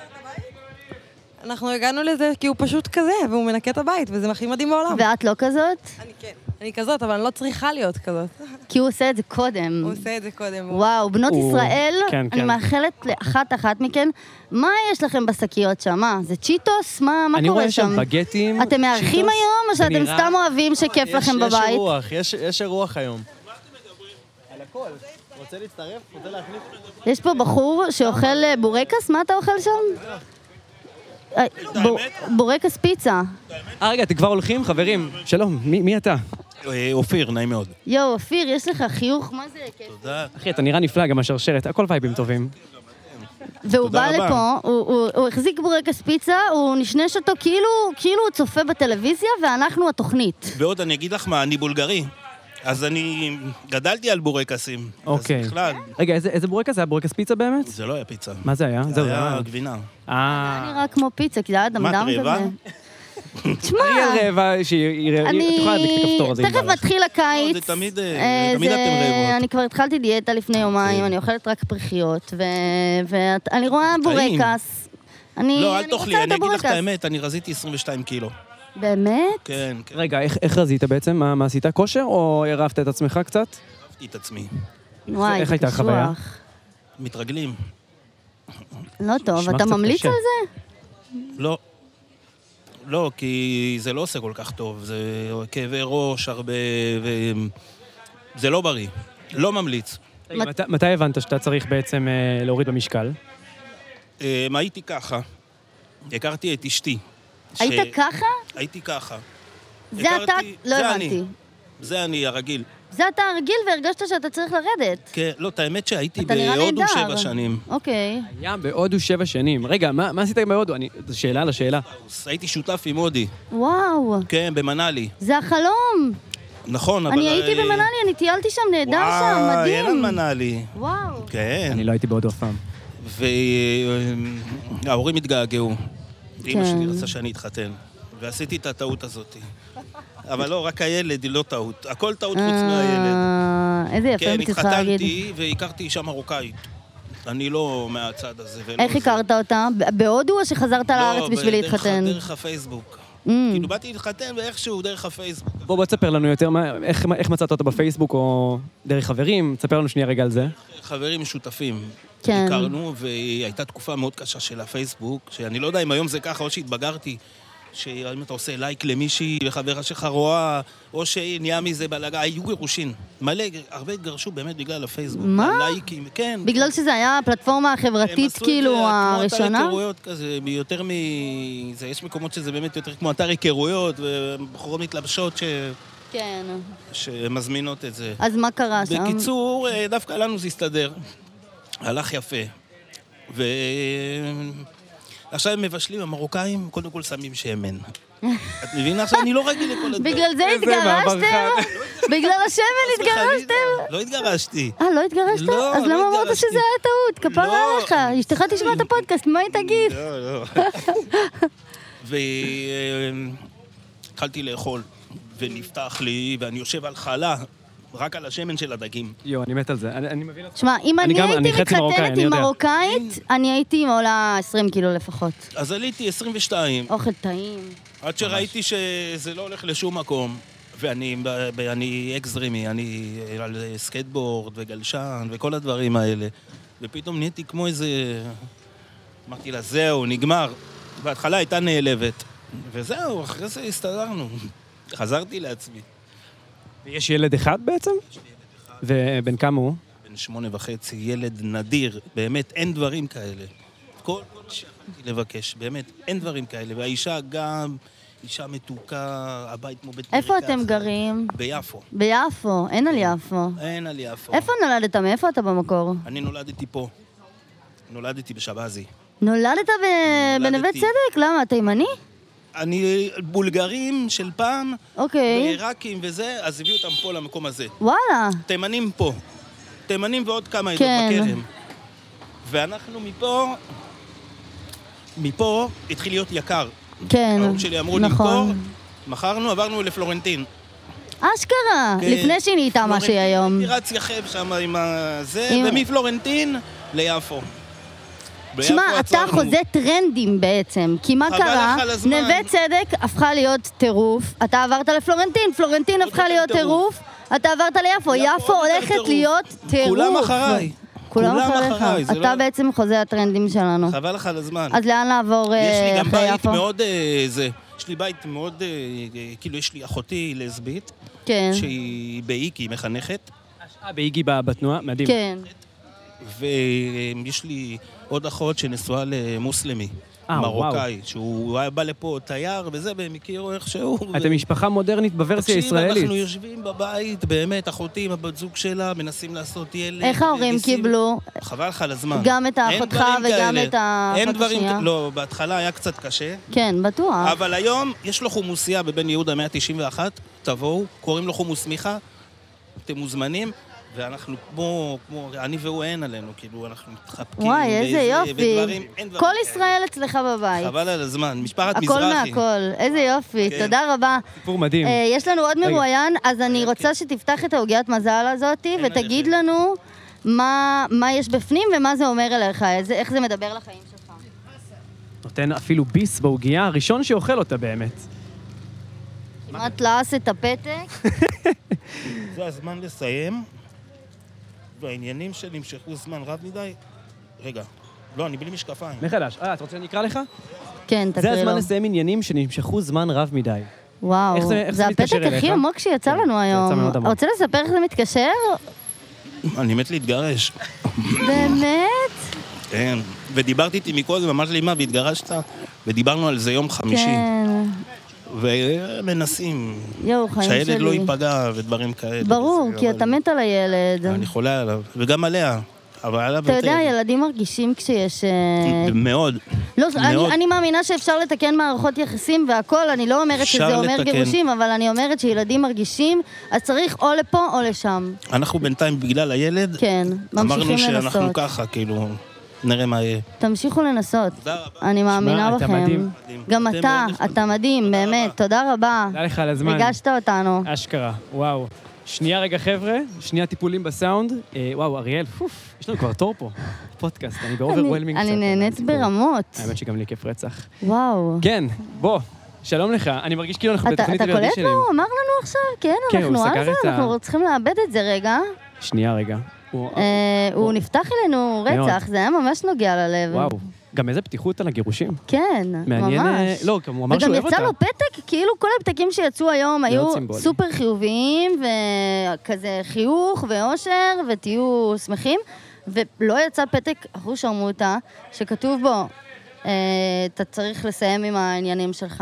אנחנו הגענו לזה כי הוא פשוט כזה, והוא מנקה את הבית, וזה הכי מדהים בעולם. ואת לא כזאת? אני כן. אני כזאת, אבל אני לא צריכה להיות כזאת. כי הוא עושה את זה קודם. הוא עושה את זה קודם. וואו, בנות הוא- ישראל, כן, אני כן. מאחלת לאחת אחת מכן, מה יש לכם בשקיות שם? מה? זה צ'יטוס? מה מה אני קורה רואה שם שם? בגטים. אתם מארחים צ'יטוס. היום, או זה שאתם נראה- סתם אוהבים שכיף יש- לכם יש בבית? אירוח, יש- יש אירוח היום. על הכל. רוצה להצטרף? רוצה להחליף? יש פה בחור שאוכל אה, בורקס? מה אתה אוכל שם? אה, בור- בורקס פיצה. אה, רגע, אתם כבר הולכים? חברים, שלום, מי מי אתה? אופיר, נעים מאוד. יואו, אופיר, יש לך חיוך, מה זה כיף? תודה. אחי, אתה נראה נפלא, גם השרשרת, הכל וייבים טובים. והוא תודה בא רבה. לפה, הוא- הוא- הוא החזיק בורקס פיצה, הוא נשנש אותו כאילו כאילו הוא צופה בטלוויזיה, ואנחנו התוכנית. ועוד אני אגיד לך מה, אני בולגרי. אז אני גדלתי על בורקסים. אוקיי. אז בכלל, רגע, איזה איזה בורקס? זה היה בורקס פיצה באמת? זה לא היה פיצה. מה זה היה? זה זהו, היה גבינה. אה... נראה כמו פיצה, כי זה היה מה, דמדם את רעבה? כזה. תשמע, אריאל רעבה, שהיא... את אני... יכולה להדליק את הכפתור הזה. אם תכף בא לך. מתחיל הקיץ. לא, זה תמיד, אה, אה, תמיד זה- אתם רעבות. אני כבר התחלתי דיאטה לפני יומיים, אני אוכלת רק פרחיות, ואני רואה טעים. בורקס. אני לא, אל אני תאכלי, רוצה אני את אגיד לך את הבורקס. האמת, אני רזיתי עשרים ושתיים קילו. באמת? כן, כן. רגע, איך- איך רזית בעצם? מה מה עשית? כושר או הרבת את עצמך קצת? אהבתי את עצמי. וואי, איך זה הייתה קשוח. החוויה? מתרגלים. לא טוב, נשמע אתה קצת ממליץ קשה. על זה? לא. לא, כי זה לא עושה כל כך טוב. זה כאבי ראש הרבה, וזה לא בריא. לא ממליץ. רגע, מת- מתי הבנת שאתה צריך בעצם אה, להוריד במשקל? אה, הייתי ככה. הכרתי את אשתי. ש- היית ככה? הייתי ככה. זה אתה? הכרתי- לא זה הבנתי. אני. זה אני, הרגיל. זה אתה הרגיל והרגשת שאתה צריך לרדת. כן, לא, את האמת שהייתי אתה נראה בהודו נהדר. שבע שנים. אוקיי. היה בהודו שבע שנים. רגע, מה מה עשית בהודו? אני- זו שאלה לשאלה. הייתי שותף עם הודי. וואו, כן, במנאלי. זה החלום. נכון, אבל... אני הייתי במנאלי, אני טיילתי שם, נהדר שם, וואי, מדהים. אין על מנאלי. וואו. כן. אני לא הייתי בהודו אף פעם. וההורים התגעגעו. אמא כן. שלי רצה שאני אתחתן. ועשיתי את הטעות הזאת. אבל לא, רק הילד היא לא טעות. הכל טעות חוץ מהילד. אה, איזה יפה כן, מצליחה להגיד. התחתנתי והכרתי אישה מרוקאית. אני לא מהצד הזה. ולא איך זה. הכרת אותה? ב- בהודו או שחזרת לארץ בשביל לא, להתחתן? דרך- דרך הפייסבוק. Mm. כאילו, באתי להתחתן ואיכשהו דרך הפייסבוק. בוא, בוא תספר לנו יותר, מה- איך איך מצאת אותה בפייסבוק או דרך חברים? תספר לנו שנייה רגע על זה. חברים משותפים. כן. הכרנו, והייתה תקופה מאוד קשה של הפייסבוק, שאני לא יודע אם היום זה ככה, או שהתבגרתי, שאם אתה עושה לייק למישהי וחברה שלך רואה, או שנהיה מזה בלגה, היו גירושין. מלא, הרבה התגרשו באמת בגלל הפייסבוק. מה? הלייקים, כן. בגלל שזה היה הפלטפורמה החברתית כאילו כמו אתר הראשונה? היכרויות כזה, יותר מ... זה, יש מקומות שזה באמת יותר כמו אתר היכרויות, ובחורות מתלבשות ש... כן. שמזמינות את זה. אז מה קרה שם? בקיצור, דווקא לנו זה הסתדר. הלך יפה. ו... עכשיו הם מבשלים, המרוקאים, קודם כל שמים שמן. את מבינה? עכשיו אני לא רגיל לכל הדברים. בגלל זה התגרשתם? בגלל השמן התגרשתם? לא התגרשתי. אה, לא התגרשת? לא, אז לא למה אמרת התגרשתי. שזה היה טעות? כפרה לא. עליך. אשתך תשמע את הפודקאסט, מה היא תגיד? לא, לא. והתחלתי לאכול, ונפתח לי, ואני יושב על חלה, רק על השמן של הדגים. יו, אני מת על זה. אני אני מבין אותך. שמע, אם אני אני גם- אני הייתי חצי מרוקאי, מתחתנת אני עם יודע. מרוקאית, אני הייתי עולה עשרים קילו לפחות. אז עליתי עשרים ושתיים, אוכל טעים. עד שראיתי שזה לא הולך לשום מקום. ואני ב- אני אקס-דרימי, אני על סקייטבורד וגלשן וכל הדברים האלה. ופתאום נהייתי כמו איזה... אמרתי לה, זהו, נגמר. בהתחלה הייתה נעלבת. וזהו, אחרי זה הסתדרנו. חזרתי לעצמי. יש ילד אחד בעצם? ובן כמה הוא? בן שמונה וחצי, ילד נדיר, באמת, אין דברים כאלה. כל כל מה שיכולתי לבקש, באמת, אין דברים כאלה. והאישה גם, אישה מתוקה, הבית כמו בית איפה מרקחת. אתם גרים? ביפו. ביפו, אין על יפו. אין על יפו. איפה נולדת? מאיפה אתה במקור? אני נולדתי פה. נולדתי בשבזי. נולדת ב- נולדתי. בנווה צדק? למה? תימני? אני בולגרים של פעם, אוקיי. ועיראקים וזה, אז הביאו אותם פה למקום הזה. וואלה. תימנים פה. תימנים ועוד כמה עדות כן. בכרם. ואנחנו מפה, מפה התחיל להיות יקר. כן, ההורים שלי אמרו למכור, נכון. מכרנו, עברנו לפלורנטין. אשכרה, כן. לפני שהיא נהייתה מה שהיא היום. פלורנטין, רץ יחב שם עם הזה, עם- ומפלורנטין ליפו. ביפו תשמע, אתה עצרנו. חוזה טרנדים בעצם, כי מה חבל קרה? לך על הזמן. נווה צדק הפכה להיות טירוף, אתה עברת לפלורנטין, פלורנטין הפכה יותר להיות טירוף. טירוף, אתה עברת ליפו, יפו יפו עוד יותר הולכת טירוף. להיות טירוף. כולם אחריי. כולם כולם אחריך. אחריי, זה אתה לא- בעצם חוזה הטרנדים שלנו. חבל לך על הזמן. אז לאן לעבור יש לי אה, גם אחרי בית יפו? מאוד, אה, זה, יש לי בית מאוד, אה, אה, כאילו יש לי אחותי לסבית, כן, שהיא באיקי, היא מחנכת, אה, באיגי ב- בתנועה? מדהים. כן. ויש לי עוד אחות שנשואה למוסלמי, אה, מרוקאי, שהוא היה בא לפה תייר וזה, והם הכירו איכשהו. אתם משפחה מודרנית בוורסיה תקשיב, הישראלית. אנחנו יושבים בבית, באמת, אחותי עם הבת זוג שלה, מנסים לעשות ילד. איך ההורים וניסים- קיבלו? חבל לך על הזמן. גם את אין האחותך דברים וגם כאלה. את האחות אין דברים השנייה? כאלה. לא, בהתחלה היה קצת קשה. כן, בטוח. אבל היום יש לו חומוסייה בבן יהודה מאה תשעים ואחת, תבואו, קוראים לו חומוס מיכה, אתם מוזמנים, ואנחנו כמו, כמו, אני והוא אין עלינו, כאילו, אנחנו מתחבקים. וואי, איזה וזה, יופי. ודברים, אין דברים כל כאלה. ישראל אצלך בבית. חבל על הזמן, משפחת הכל מזרחי. מהכל, איזה יופי, כן. תודה רבה. סיפור מדהים. אה, יש לנו עוד רגע. מרואיין, אז אני רוצה שתפתח את העוגיית מזל הזאת ותגיד לנו מה מה יש בפנים ומה זה אומר אליך, איזה- איך זה מדבר לחיים שלך. נותן אפילו ביס בעוגייה, הראשון שאוכל אותה באמת. כמעט לעס את הפתק. זה הזמן לסיים, והעניינים שנמשכו זמן רב מדי, רגע, לא, אני בלי משקפיים. מחדש. אה, אתה רוצה שאני אקרא לך? כן, זה תקריא לו. הזמן לסיים עניינים שנמשכו זמן רב מדי. וואו, איך זה- איך זה זה מתקשר הפתק הכי אליך? עמוק שיצא כן, לנו זה היום. יצא מאוד עמוק. רוצה לספר איך זה מתקשר? אני מת להתגרש. באמת? כן, ודיברתי איתי מקודם, אמרת לי, מה, והתגרשת? ודיברנו על זה יום חמישי. כן. ומנסים יואו, חיים שלי. שהילד לא ייפגע ודברים כאלה. ברור, וזה, כי אבל... אתה מת על הילד. אני חולה עליו, וגם עליה. אבל עליו אתה יותר. יודע, ילדים מרגישים כשיש... מאוד. לא, מאוד. אני, אני מאמינה שאפשר לתקן מערכות יחסים והכל, אני לא אומרת שזה אומר לתקן. גירושים, אבל אני אומרת שילדים מרגישים, אז צריך או לפה או לשם. אנחנו בינתיים בגלל הילד, כן, ממשיכים לנסות. אמרנו שאנחנו ככה, כאילו, נראה מה יהיה. תמשיכו לנסות. תודה רבה. אני מאמינה שמה, בכם. אתה מדהים. גם אתם אתה, מאוד אתה מדהים, באמת, תודה רבה. תודה לך על הזמן. ריגשת אותנו. אשכרה, וואו. שנייה רגע חבר'ה, שנייה טיפולים בסאונד. אה, וואו, אריאל, פוף, יש לנו כבר תור פה. פודקאסט, אני באוברווילמינג קצת. אני נהנית ברמות. האמת שגם לי כיף רצח. וואו. כן, בוא, שלום לך. אני מרגיש כאילו אנחנו אתה בתוכנית אתה ילדים קולט שלי. מה הוא אמר לנו עכשיו? כן, כן, הוא אנחנו על סגר זה, את ה- אנחנו צריכים לאבד את זה רגע. שנייה רגע. הוא- אה, הוא נפתח אלינו מאוד. רצח, זה היה ממש נוגע ללב. וואו, גם איזה פתיחות על הגירושים. כן, מעניין, אה, ממש. לא, הוא אמר שהוא אוהב וגם אותה. יצא לו פתק, כאילו כל הפתקים שיצאו היום היו סימבולי. סופר חיוביים, וכזה חיוך ואושר, ותהיו שמחים, ולא יצא פתק אחוש שרמוטה, שכתוב בו, אה, אתה צריך לסיים עם העניינים שלך.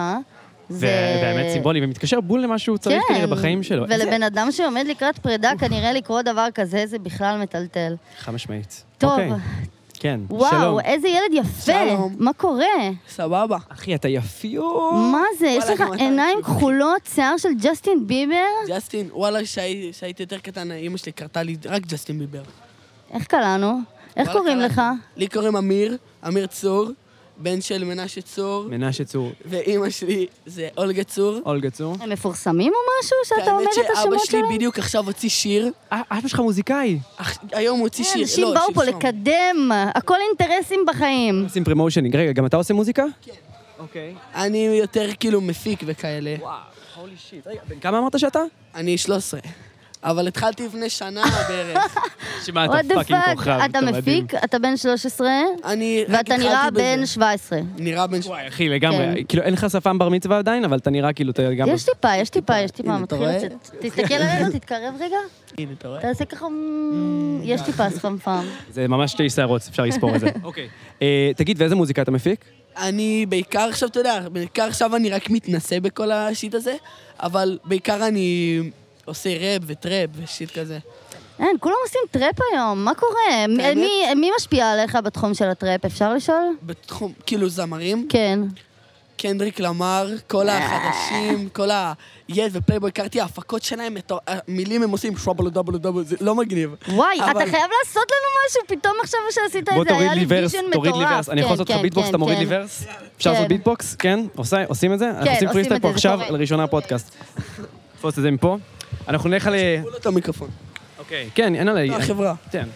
זה- והאמת סימבולי, ומתקשר בול למה שהוא צריך כן, כנראה בחיים שלו. ולבן אדם שעומד לקראת פרידה, כנראה לקרוא דבר כזה, זה בכלל מטלטל. חד משמעית. טוב, אוקיי, כן, וואו, שלום. איזה ילד יפה, שלום. מה קורה? סבבה. אחי, אתה יפיו. מה זה, יש וואלה, לך גם אתה עיניים יפה. כחולות, שיער של ג'סטין ביבר? ג'סטין, וואלה, שהי- שהייתי יותר קטן, אמא שלי קרתה לי רק ג'סטין ביבר. איך קראנו? איך וואלה, קוראים קראתי. לך? לי קוראים אמיר, אמיר צור, בן של מנשה צור, מנשה צור. ואימא שלי זה אולגה צור. אולגה צור. הם מפורסמים או משהו שאתה אומר את האמת השמות שאבא שלי שלהם? בדיוק עכשיו הוציא שיר. אה, אבא שלך מוזיקאי. אך- היום הוא הוציא שיר. אנשים לא, באו פה שלשום. לקדם, הכל אינטרסים בחיים. עושים פרמושנינג. רגע, גם אתה עושה מוזיקה? כן. אוקיי. אני יותר כאילו מפיק וכאלה. וואו, הולי שיט. רגע, בן כמה אמרת שאתה? אני שלוש עשרה. אבל התחלתי לפני שנה בערך. שמע, What אתה the פאקינג fuck? כוכב. אתה מדהים. מפיק, אתה בן שלוש עשרה, אני רק ואתה נראה התחלתי בזה. בן שבע עשרה. נראה בן... וואי, אחי, לגמרי. כן. כאילו, אין לך שפם בר מצווה עדיין, אבל אתה נראה כאילו, אתה גם... יש טיפה, יש טיפה, יש טיפה, הנה, אתה מתחיל רואה? לצאת. תסתכל עלינו, תתקרב רגע. הנה, אתה רואה? תעשה ככה, מ, יש טיפה ספמפם. זה ממש שתי שערות, אפשר לספור את זה. אוקיי. אה, תגיד, ואיזה מוזיקה אתה מפיק? אני בעיקר עכשיו, אתה יודע, בעיקר עכשיו אני רק מתנסה בכל השיט הזה, אבל בעיקר אני עושה ראפ וטראפ ושיט כזה. אין, כולם עושים טראפ היום, מה קורה? מ- האמת? מי- מי משפיע עליך בתחום של הטראפ, אפשר לשאול? בתחום, כאילו זמרים, כן. קנדריק למר, כל החדשים, כל ה-יד ופלייבוי, הכרתי ההפקות שלהם, מטור- המילים הם עושים שובלו דובלו דובלו, זה לא מגניב. וואי, אבל- אתה חייב לעשות לנו משהו, פתאום עכשיו שעשית בוא את זה, תוריד היה לי לי ורס, ויז'ן תוריד לי מטורף. ורס. אני יכול לעשות לך כן, ביטבוקס, כן, אתה מוריד לי כן. ורס? אפשר לעשות כן. ביטבוקס? כן? עושה- עושים את זה? אנחנו עושים עושים פריסטייל את פה זה, זה עכשיו, קורה. לראשונה פודקאסט. תפוס את זה מפה. אנחנו נלך ל... בואו לו את המיקרופון. אוקיי. כן, אין עליי. החברה. כן.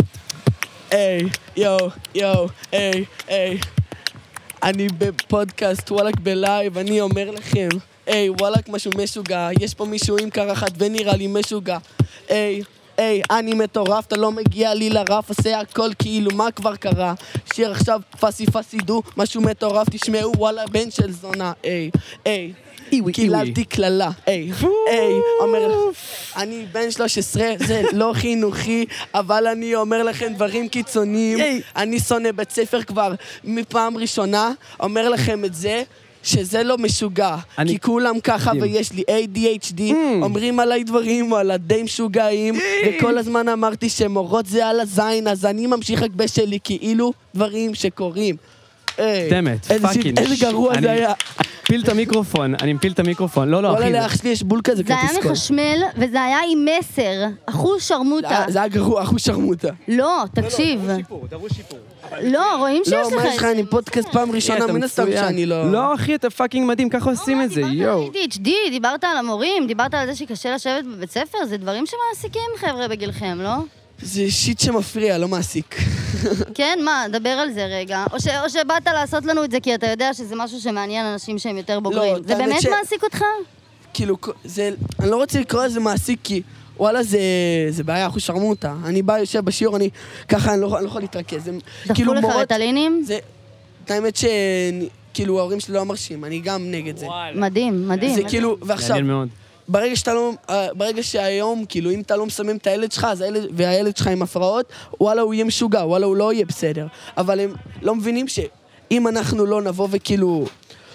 היי, יואו, יואו, היי, היי. אני בפודקאסט וואלק בלייב, אני אומר לכם, היי, וואלק משהו משוגע, יש פה מישהו עם קרחת ונראה לי משוגע. היי, היי, אני מטורף, אתה לא מגיע לי לרף, עושה הכל כאילו, מה כבר קרה? שיר עכשיו פסי פסי דו, משהו מטורף, תשמעו, וואלה, בן של זונה, היי, היי. איווי, קיללתי קללה, היי, היי, אומר, אני בן שלוש עשרה, זה לא חינוכי, אבל אני אומר לכם דברים קיצוניים, אני שונא בית ספר כבר מפעם ראשונה, אומר לכם את זה, שזה לא משוגע, אני- כי כולם ככה מדהים. ויש לי איי די אייץ' די, אומרים עליי דברים וואלה די משוגעים, וכל הזמן אמרתי שמורות זה על הזין, אז אני ממשיך רק בשלי כאילו דברים שקורים. היי, דמת, איזה שיט, פאקינג. איזה גרוע אני זה היה. מפיל את המיקרופון, אני מפיל את המיקרופון. לא, לא, וואלה, אחי. זה- לאח שלי יש בול כזה זה היה כרטיס קול. מחשמל, וזה היה עם מסר. אחוז שרמוטה. זה היה גרוע, אחוז שרמוטה. לא, תקשיב. דרוש שיפור. לא, רואים שיש לא, לך מה יש לך, אני פודקאסט פעם ראשונה, מן הסתם שאני לא... לא, אחי, אתה פאקינג מדהים, ככה עושים את זה, יואו. דיברת על איי די אייץ' די, דיברת על המורים, דיברת על זה שקשה לשבת בבית ספר, זה דברים שמעסיקים חבר'ה בגילכם, לא? זה שיט שמפריע, לא מעסיק. כן, מה, דבר על זה רגע. או, ש, או שבאת לעשות לנו את זה כי אתה יודע שזה משהו שמעניין אנשים שהם יותר בוגרים. לא, זה האמת באמת ש- מעסיק אותך? כאילו, זה... אני לא רוצה לקרוא לזה מעסיק, כי וואלה, זה, זה בעיה, אחוז שרמוטה. אני בא, יושב בשיעור, אני... ככה, אני לא, אני לא יכול להתרכז. זה, דפקו כאילו, לך מורות- רטלינים? זה... האמת ש... כאילו, ההורים שלי לא מרשים, אני גם נגד זה. מדהים, מדהים. זה כאילו, ועכשיו... מעניין מאוד. ברגע שאתה לא, אה, ברגע שהיום, כאילו, אם אתה לא מסמם את הילד שלך, אז הילד, והילד שלך עם הפרעות, וואלה, הוא יהיה משוגע, וואלה, הוא לא יהיה בסדר. אבל הם לא מבינים שאם אנחנו לא נבוא וכאילו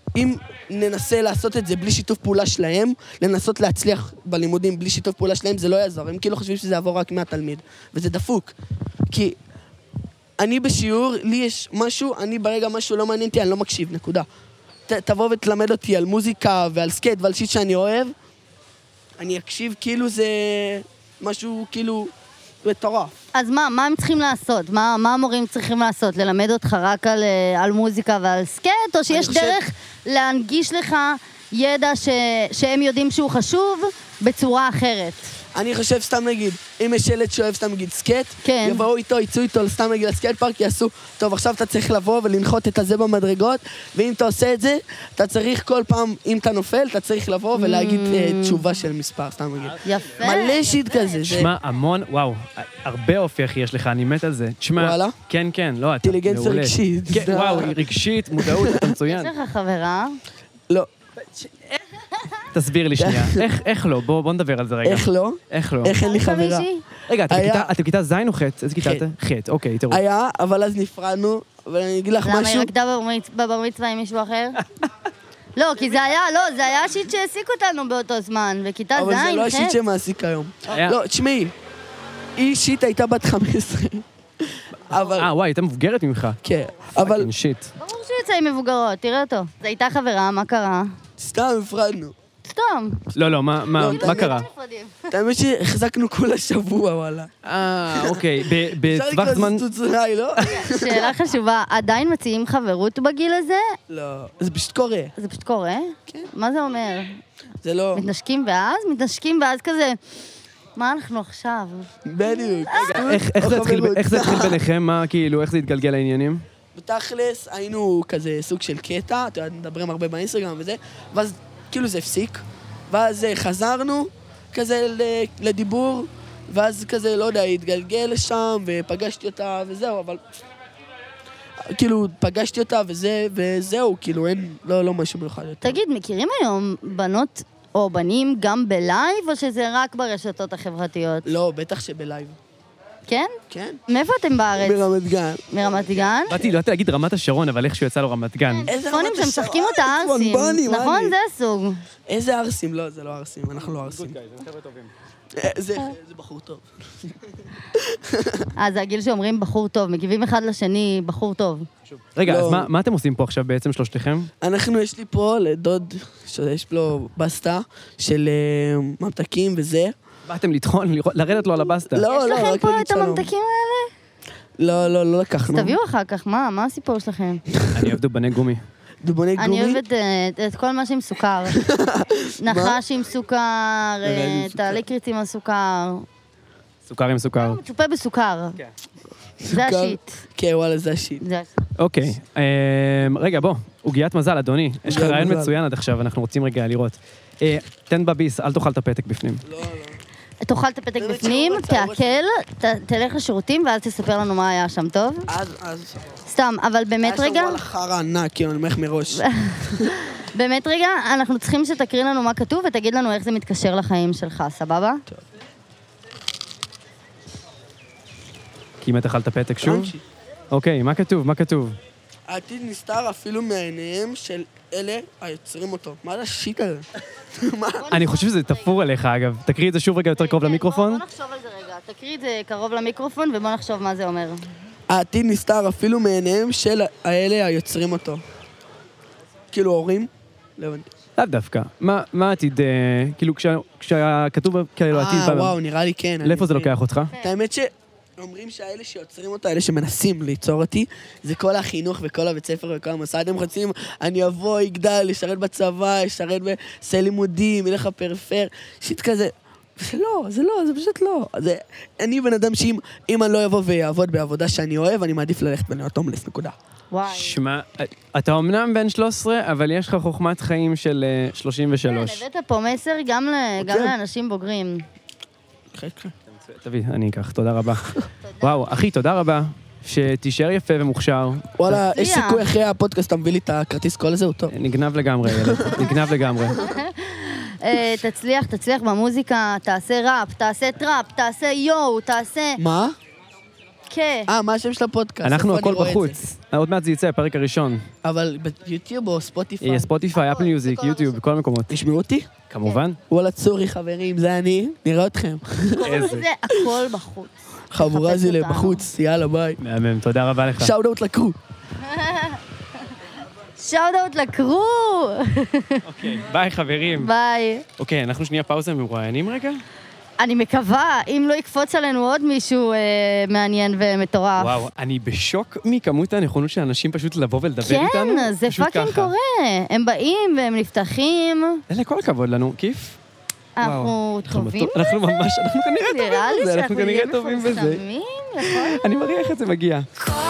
אם ננסה לעשות את זה בלי שיתוף פעולה שלהם, לנסות להצליח בלימודים בלי שיתוף פעולה שלהם, זה לא יעזור. הם כאילו חושבים שזה יעבור רק מהתלמיד, וזה דפוק. כי אני בשיעור, לי יש משהו, אני ברגע משהו לא מעניין אותי, אני לא מקשיב, נקודה. ת, תבוא ותלמד אותי על מוזיקה ועל סקייט ועל שיט שאני אוהב, אני אקשיב כאילו זה משהו כאילו מטורף. אז מה, מה הם צריכים לעשות? מה, מה המורים צריכים לעשות? ללמד אותך רק על, על מוזיקה ועל סקייט, או שיש חושב... דרך להנגיש לך ידע ש, שהם יודעים שהוא חשוב בצורה אחרת? אני חושב, סתם נגיד, אם יש ילד שאוהב סתם נגיד סקייט, כן. יבואו איתו, יצאו איתו, סתם נגיד לסקייט פארק, יעשו, טוב, עכשיו אתה צריך לבוא ולנחות את הזה במדרגות, ואם אתה עושה את זה, אתה צריך כל פעם, אם אתה נופל, אתה צריך לבוא ולהגיד mm. תשובה של מספר, סתם נגיד. יפה. מלא שיט כזה. שמע, המון, וואו, הרבה אופי אחי יש לך, אני מת על זה. תשמע, וואלה? כן, כן, לא, אתה מעולה. אינטליגנציה רגשית. כן, וואו, רגשית, מודעות, אתה מצוין. יש לך חברה? לא. תסביר לי שנייה, איך, איך לא? בוא, בוא נדבר על זה רגע. איך לא? איך לא? איך אין לי חברה? רגע, אתם בכיתה זין או חטא? איזה כיתה אתה? חטא, אוקיי, תראו. היה, אבל אז נפרדנו, אבל אני אגיד לך משהו... למה היא רקדה בבר מצווה עם מישהו אחר? לא, כי זה היה, לא, זה היה שיט שהעסיק אותנו באותו זמן, בכיתה זין, חטא. אבל זה לא השיט שמעסיק היום. לא, תשמעי, היא שיט הייתה בת חמש עשרה. אה, וואי, הייתה מבוגרת ממך. כן, אבל... פאקינג שיט. ברור שהוא יצא עם מבוגרות, תראה אותו. זו הייתה חברה, מה קרה? סתם, הפרדנו. סתם. לא, לא, מה קרה? האמת שהחזקנו כל השבוע, וואלה. אה, אוקיי, בטווח זמן... אפשר לקרוא סטוצנאי, לא? שאלה חשובה, עדיין מציעים חברות בגיל הזה? לא, זה פשוט קורה. זה פשוט קורה? כן. מה זה אומר? זה לא... מתנשקים ואז? מתנשקים ואז כזה... מה אנחנו עכשיו? בדיוק. איך זה התחיל ביניכם? מה, כאילו, איך זה התגלגל לעניינים? בתכלס היינו כזה סוג של קטע, אתה יודע, מדברים הרבה באינסטגרם וזה, ואז כאילו זה הפסיק, ואז חזרנו כזה לדיבור, ואז כזה, לא יודע, התגלגל לשם, ופגשתי אותה וזהו, אבל... כאילו, פגשתי אותה וזה, וזהו, כאילו, אין, לא, לא משהו מיוחד יותר. תגיד, מכירים היום בנות או בנים גם בלייב, או שזה רק ברשתות החברתיות? לא, בטח שבלייב. כן? כן. מאיפה אתם בארץ? מרמת גן. מרמת גן? באתי, לא באתי להגיד רמת השרון, אבל איכשהו יצא לו רמת גן. איזה פונים שהם משחקים אותה ארסים. נכון? זה הסוג. איזה ארסים? לא, זה לא ארסים, אנחנו לא ארסים. זה בחור טוב. אה, זה הגיל שאומרים בחור טוב, מגיבים אחד לשני בחור טוב. רגע, אז מה אתם עושים פה עכשיו בעצם, שלושתכם? אנחנו, יש לי פה לדוד, שיש לו בסטה של ממתקים וזה. באתם לטחון, לרדת לו על הבסטה. לא, לא, יש לכם פה את הממתקים האלה? לא, לא, לא לקחנו. אז תביאו אחר כך, מה? מה הסיפור שלכם? אני אוהב דובני גומי. דובני גומי? אני אוהבת את כל מה שעם סוכר. נחש עם סוכר, תעלי קריץ עם הסוכר. סוכר עם סוכר. צופה בסוכר. זה השיט. כן, וואלה, זה השיט. אוקיי. רגע, בוא, עוגיית מזל, אדוני. יש לך רעיון מצוין עד עכשיו, אנחנו רוצים רגע לראות. תן בביס, אל תאכל את הפתק בפנים. לא, לא. תאכל את הפתק בפנים, תעכל, תלך לשירותים ואז תספר לנו מה היה שם, טוב? אז, אז. סתם, אבל באמת רגע... היה שם וואלה חרא ענק, כאילו, אני אומר מראש. באמת רגע, אנחנו צריכים שתקריא לנו מה כתוב ותגיד לנו איך זה מתקשר לחיים שלך, סבבה? טוב. כי אם אתה אכל את הפתק שוב? אוקיי, מה כתוב? מה כתוב? העתיד נסתר אפילו מעיניהם של אלה היוצרים אותו. מה זה השיט הזה? אני חושב שזה תפור עליך, אגב. תקריא את זה שוב רגע יותר קרוב למיקרופון. בוא נחשוב על זה רגע. תקריא את זה קרוב למיקרופון ובוא נחשוב מה זה אומר. העתיד נסתר אפילו מעיניהם של האלה היוצרים אותו. כאילו הורים? לא הבנתי. לאו דווקא. מה העתיד, כאילו כשכתוב כאילו העתיד... אה, וואו, נראה לי כן. לאיפה זה לוקח אותך? את האמת שאומרים שהאלה שיוצרים אותה, האלה שמנסים ליצור אותי, זה כל החינוך וכל הבית ספר וכל המסד. הם רוצים, אני אבוא, יגדל, ישרת בצבא, ישרת בסל לימודים, ילך הפריפר, שיט כזה. זה לא, זה לא, זה פשוט לא. זה, אני בן אדם שאם אם אני לא אבוא ויעבוד בעבודה שאני אוהב, אני מעדיף ללכת ולהיות הומלס, נקודה. וואי. שמע, אתה אמנם בן שלוש עשרה, אבל יש לך חוכמת חיים של שלושים ושלוש. כן, הבאת פה מסר גם לאנשים בוגרים. תביא, אני אקח, תודה רבה. וואו, אחי, תודה רבה. שתישאר יפה ומוכשר. וואלה, יש סיכוי אחרי הפודקאסט, אתה מביא לי את הכרטיס קול הזה, הוא טוב. נגנב לגמרי, ילד. נגנב לגמרי. תצליח, תצליח במוזיקה, תעשה ראפ, תעשה טראפ, תעשה יואו, תעשה... מה? כן. אה, מה השם של הפודקאסט? אנחנו איפה אני הכל רואה את זה? בחוץ. עוד מעט זה יצא, הפרק הראשון. אבל ביוטיוב או ספוטיפיי? יהיה ספוטיפיי, אפל מיוזיק, יוטיוב, בכל המקומות. תשמעו אותי? כמובן. וואלה צורי חברים, זה אני, נראה אתכם. זה הכל בחוץ. חבורה לחפש זה אותנו. בחוץ, יאללה ביי. מהמם, תודה רבה לך. שאוט אאוט לקרו. שאוט אאוט לקרו! אוקיי, ביי חברים. ביי. אוקיי, אנחנו שנייה פאוזה מרואיינים רגע? אני מקווה, אם לא יקפוץ עלינו עוד מישהו אה, מעניין ומטורף. וואו, אני בשוק מכמות הנכונות של אנשים פשוט לבוא ולדבר כן, איתנו. כן, זה פשוט פאקינג ככה. קורה. הם באים והם נפתחים. איזה כל הכבוד לנו, כיף. אנחנו טובים בטוח- אנחנו ממש, אנחנו כנראה טובים נראה לי בזה, אנחנו שאנחנו כנראה נהיה טובים בזה. מפורסמים, יכול להיות. אני מריח את זה מגיע.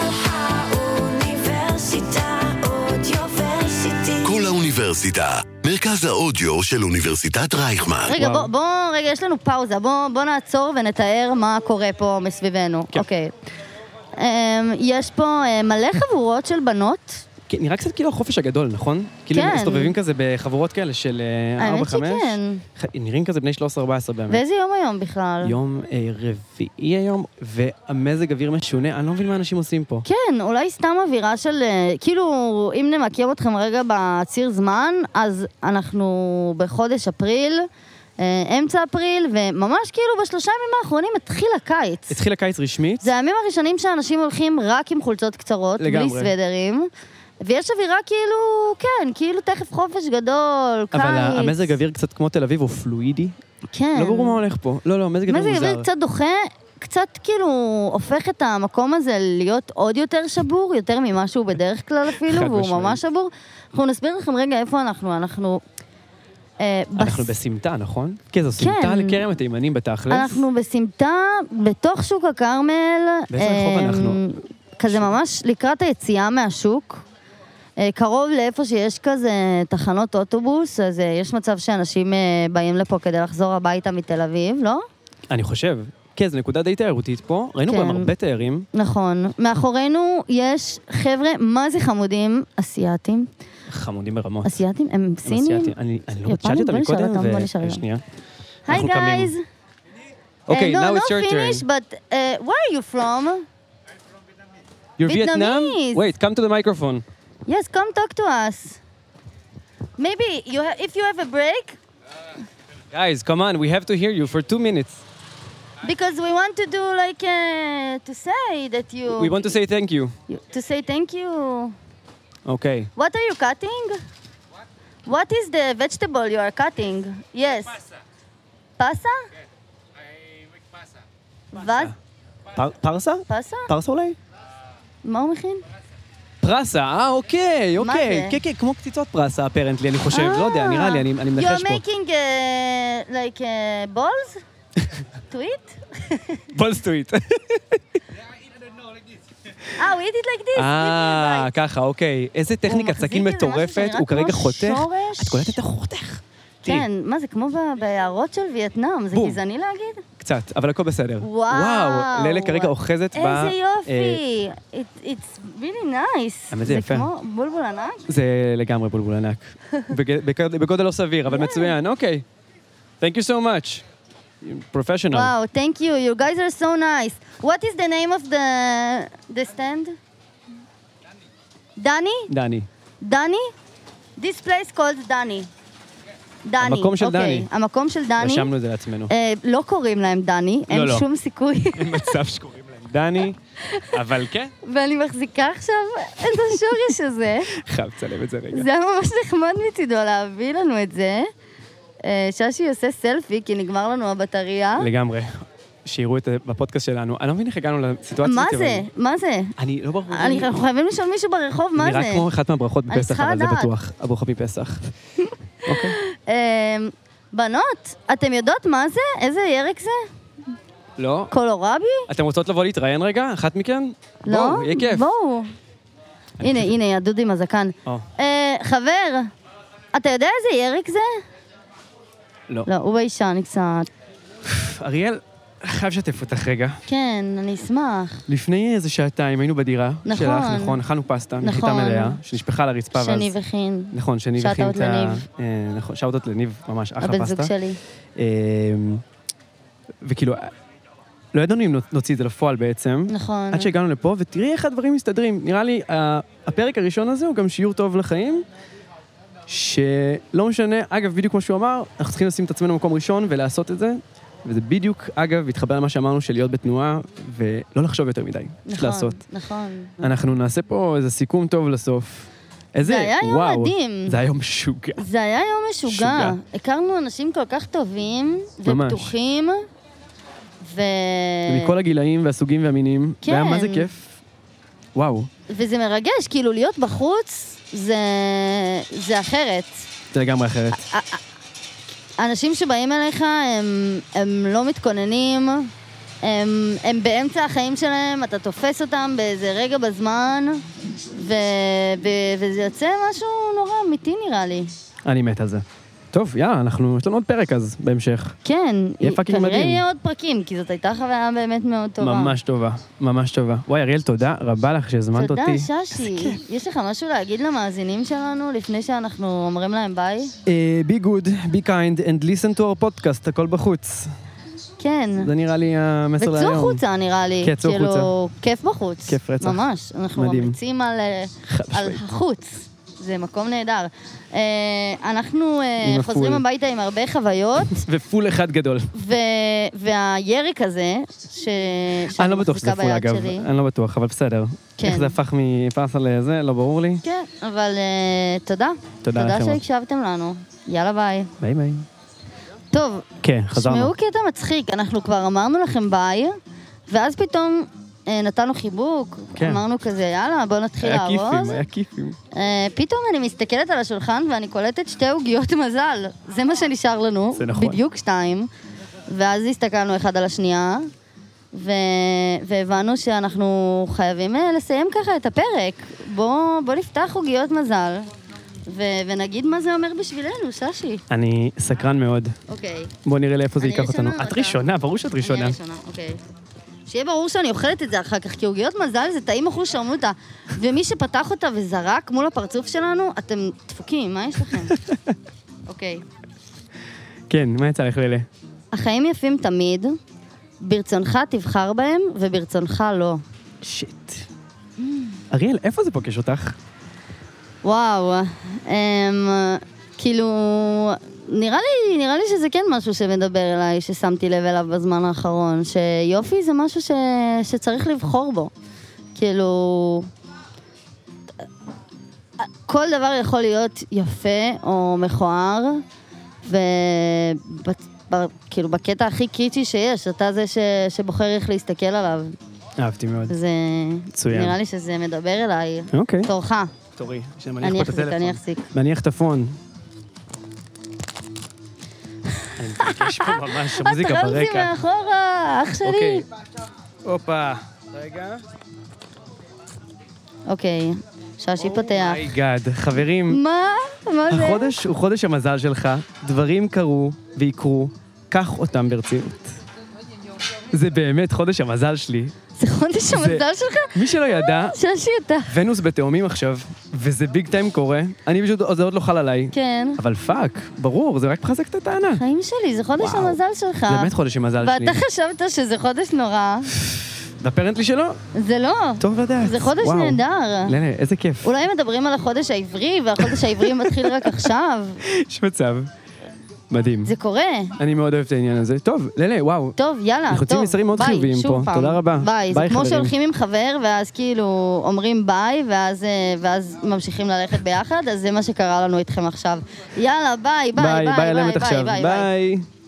כל האוניברסיטה, מרכז האודיו של אוניברסיטת רייכמן. רגע, בוא, בוא, רגע, יש לנו פאוזה. בוא, בוא נעצור ונתאר מה קורה פה מסביבנו. כן. אוקיי. אמ, יש פה אה, מלא חבורות של בנות. כן, נראה קצת כאילו החופש הגדול, נכון? כאילו כן. מסתובבים כזה בחבורות כאלה של אה, האמת ארבע חמש. שכן. ח- נראים כזה בני שלוש עשרה ארבע עשרה באמת. ואיזה יום היום בכלל? יום אה, רביעי היום, והמזג אוויר משונה, אני לא מבין מה אנשים עושים פה. כן, אולי סתם אווירה של... אה, כאילו, אם נמקם אתכם רגע בציר זמן, אז אנחנו בחודש אפריל, אה, אמצע אפריל, וממש כאילו בשלושה ימים האחרונים התחיל הקיץ. התחיל הקיץ רשמית. זה הימים הראשונים שאנשים הולכים רק עם חולצות קצרות, לגמרי. בלי סוודרים. ויש אווירה כאילו, כן, כאילו תכף חופש גדול, קיץ. אבל המזג אוויר קצת כמו תל אביב הוא פלואידי. כן. לא ברור מה הולך פה. לא, לא, מזג אוויר מזג מוזר. אוויר קצת דוחה, קצת כאילו הופך את המקום הזה להיות עוד יותר שבור, יותר ממה שהוא בדרך כלל אפילו, חד והוא משמעית. ממש שבור. אנחנו נסביר לכם רגע איפה אנחנו. אנחנו... אה, אנחנו בס- בסמטה, נכון? כן, זו סמטה כן. לכרם התימנים בתכלס. אנחנו בסמטה, בתוך שוק הכרמל. באיזה רחוב אה, אנחנו? כזה ממש לקראת היציאה מהשוק. אה, קרוב לאיפה שיש כזה תחנות אוטובוס, אז אה, יש מצב שאנשים אה, באים לפה כדי לחזור הביתה מתל אביב, לא? אני חושב. כן, זו נקודה די תיירותית פה. ראינו כן. גם הרבה תיירים. נכון. מאחורינו יש חבר'ה, מה זה חמודים? אסיאתים. חמודים ברמות. אסיאתים? הם הם סינים? אסיאתים. אני אני לא יפנים? שאלתי אותם בוא נשאל מקודם, אותם, בוא נשאל ו... אותם. שנייה. היי אנחנו קמים. guys. Okay, Uh, no, now no it's your finish, turn. but uh, where are you from? You're Vietnam? Vietnamese. Wait, come to the microphone. Yes, come talk to us. Maybe you ha- if you have a break, Guys, come on, we have to hear you for two minutes. because we want to do like uh, to say that you, We want to say thank you. you- to say thank you. Okay. What are you cutting? What is the vegetable you are cutting? Yes. Pasa? Vaz? פר- פרסה? פסה? פרסה אולי? מה הוא מכין? פרסה, אה, אוקיי, מה אוקיי. זה? כן, כן, כמו קציצות פרסה, אפרנטלי, אני חושב. לא יודע, נראה לי, אני אני You מנחש are פה. making uh, like uh, balls to eat? בולס טו איט. אה, we eat it like this. אה, ככה, אוקיי. איזה טכניקת מחזיק סכין איזה משהו מטורפת, שנראה הוא כרגע כמו חותך. שורש. את קולטת איך הוא חותך? תראי. כן, מה זה, כמו ב- ביערות של וייטנאם, זה בום. גזעני להגיד? קצת, אבל הכל בסדר. וואו. וואו, לילה כרגע אוחזת ב... איזה אה, יופי. It- It's really nice. האמת, זה יפה. זה כמו בולבול ענק? זה לגמרי בולבול ענק. בג- בג- בגודל לא סביר, אבל מצוין, אוקיי. Thank you so much. Professional. Wow, thank you. You guys are so nice. What is the name of the the stand? דני? דני. דני? This place called דני. דני. המקום של אוקיי, דני. המקום של דני. רשמנו את זה לעצמנו. אה, לא קוראים להם דני, אין לא, לא. שום סיכוי. אין מצב שקוראים להם דני, אבל כן. ואני מחזיקה עכשיו את השורש הזה. חייב לצלם את זה רגע. זה היה ממש נחמד מצידו להביא לנו את זה. אה, ששי עושה סלפי, כי נגמר לנו הבטריה. לגמרי. שיראו את זה בפודקאסט שלנו. אני לא מבין איך הגענו לסיטואציה מה הזאת. זה? מה זה? אני לא ברור. אני- אנחנו חייבים לשאול מישהו ברחוב, מה זה? נראה כמו אחת מהברכות אני בפסח, צריכה אבל זה לדעת. בטוח. הברכות מפסח. אוקיי. אה, בנות, אתם יודעות מה זה? איזה ירק זה? לא? קולורבי? אתם רוצות לבוא להתראיין רגע? אחת מכן? לא? בואו, יהיה כיף. בואו. הנה, הנה, הדוד עם הזקן. או. אה, חבר, אתה יודע איזה ירק זה? לא. לא, הוא באישה, אני קצת... אריאל, חייב לשתף אותך רגע. כן, אני אשמח. לפני איזה שעתיים היינו בדירה נכון. שלך, נכון, אכלנו פסטה, נכון. נחיתה מלאה, שנשפכה על הרצפה, ואז... שני וכין. נכון, שני שאט וכין אאוט את ה... לניב. אה, נכון, שאוטות לניב, ממש אחלה פסטה. הבן זוג שלי. אה, וכאילו, לא ידענו אם נוציא את זה לפועל בעצם. נכון. עד שהגענו לפה, ותראי איך הדברים מסתדרים. נראה לי, הפרק הראשון הזה הוא גם שיעור טוב לחיים, שלא משנה, אגב, בדיוק כמו שהוא אמר, אנחנו צריכים לשים את עצמנו במקום ראשון ולעשות את זה, וזה בדיוק, אגב, התחבר למה שאמרנו של להיות בתנועה, ולא לחשוב יותר מדי, פשוט לעשות. נכון. אנחנו נעשה פה איזה סיכום טוב לסוף. איזה, זה היה יום וואו, מדהים. זה היה יום משוגע. זה היה יום משוגע. משוגע. הכרנו אנשים כל כך טובים ממש. ופתוחים, ו... ומכל הגילאים והסוגים והמינים. כן. והיה מה זה כיף. וואו. וזה מרגש, כאילו להיות בחוץ זה, זה אחרת. זה לגמרי אחרת. האנשים שבאים אליך הם, הם לא מתכוננים, הם, הם באמצע החיים שלהם, אתה תופס אותם באיזה רגע בזמן, ו, ו, וזה יוצא משהו נורא אמיתי נראה לי. אני מת על זה. טוב, יאללה, אנחנו, יש לנו עוד פרק אז, בהמשך. כן, יהיה פאקינג מדהים. כנראה יהיה עוד פרקים, כי זאת הייתה חוויה באמת מאוד טובה. ממש טובה, ממש טובה. וואי, אריאל, תודה רבה לך שהזמנת אותי. תודה, ששי. יש לך משהו להגיד למאזינים שלנו לפני שאנחנו אומרים להם ביי? Uh, be good, be kind, and listen to our podcast, הכל בחוץ. כן. זה נראה לי המסר להיום. וצאו חוצה נראה לי. כן, צאו חוצה. כאילו, כיף בחוץ. כיף רצח. ממש. אנחנו מדהים. ממליצים על, על החוץ. זה מקום נהדר. Uh, אנחנו uh, חוזרים הביתה עם הרבה חוויות. ופול אחד גדול. ו- והירק הזה, ש... אני לא בטוח שזה פול אגב, שלי. אני לא בטוח, אבל בסדר. כן. איך זה הפך מפרסה לזה, לא ברור לי. כן, אבל uh, תודה. תודה תודה לכם. שהקשבתם לנו. יאללה ביי. ביי ביי. טוב, כן, חזרנו. שמעו קטע מצחיק, אנחנו כבר אמרנו לכם ביי, ואז פתאום אה, נתנו חיבוק, כן. אמרנו כזה, יאללה, בואו נתחיל היה לארוז. כיפים, היה כיפים. אה, פתאום אני מסתכלת על השולחן ואני קולטת שתי עוגיות מזל. זה מה שנשאר לנו, זה נכון. בדיוק שתיים. ואז הסתכלנו אחד על השנייה, ו... והבנו שאנחנו חייבים אה, לסיים ככה את הפרק. בואו בוא נפתח עוגיות מזל, ו... ונגיד מה זה אומר בשבילנו, ששי. אני סקרן מאוד. אוקיי. בוא נראה לאיפה זה אני ייקח אותנו. ראשונה, את אתה? ראשונה, ברור שאת ראשונה. אני הראשונה, אוקיי. שיהיה ברור שאני אוכלת את זה אחר כך, כי עוגיות מזל זה טעים אחוז שרמוטה. ומי שפתח אותה וזרק מול הפרצוף שלנו, אתם דפוקים, מה יש לכם? אוקיי. כן, מה יצא לך לילה? החיים יפים תמיד, ברצונך תבחר בהם וברצונך לא. שיט. אריאל, איפה זה פוגש אותך? וואו, אמ, כאילו, נראה לי, נראה לי שזה כן משהו שמדבר אליי, ששמתי לב אליו בזמן האחרון, שיופי זה משהו ש, שצריך לבחור בו. כאילו, כל דבר יכול להיות יפה או מכוער, וכאילו בקטע הכי קריטי שיש, אתה זה ש, שבוחר איך להסתכל עליו. אהבתי מאוד. זה, מצוין. נראה לי שזה מדבר אליי. אוקיי. תורך. תורי, אני שמניח פה את אחזיק, הטלפון. אני אחזיק. מניח את הפון. אני מבקש פה ממש המוזיקה ברקע. הטרנסים מאחורה, אח שלי. אוקיי. הופה. רגע. אוקיי, ששי פותח. היי גאד, חברים. מה? מה זה? החודש הוא חודש המזל שלך, דברים קרו ויקרו, קח אותם ברצינות. זה באמת חודש המזל שלי. זה חודש המזל שלך? מי שלא ידע, ששי אתה. ונוס בתאומים עכשיו, וזה ביג טיים קורה, אני פשוט, זה עוד לא חל עליי. כן. אבל פאק, ברור, זה רק מחזק את הטענה. חיים שלי, זה חודש וואו. המזל שלך. זה באמת חודש המזל שלי. ואתה חשבת שזה חודש נורא. ואפרנטלי שלא. זה לא. טוב לדעת. זה חודש וואו. נהדר. לא, לא, איזה כיף. אולי מדברים על החודש העברי, והחודש העברי מתחיל רק עכשיו. יש מצב. מדהים. זה קורה. אני מאוד אוהב את העניין הזה. טוב, לילה, וואו. טוב, יאללה, אנחנו טוב. יוצאים מסרים מאוד ביי, חיוביים שוב פה. פעם. תודה רבה. ביי, זה ביי, כמו חברים. שהולכים עם חבר, ואז כאילו אומרים ביי, ואז, אה, ואז ממשיכים ללכת ביחד, אז זה מה שקרה לנו איתכם עכשיו. יאללה, ביי, ביי, ביי, ביי, ביי, ביי, אלמת ביי, עכשיו. ביי, ביי. ביי.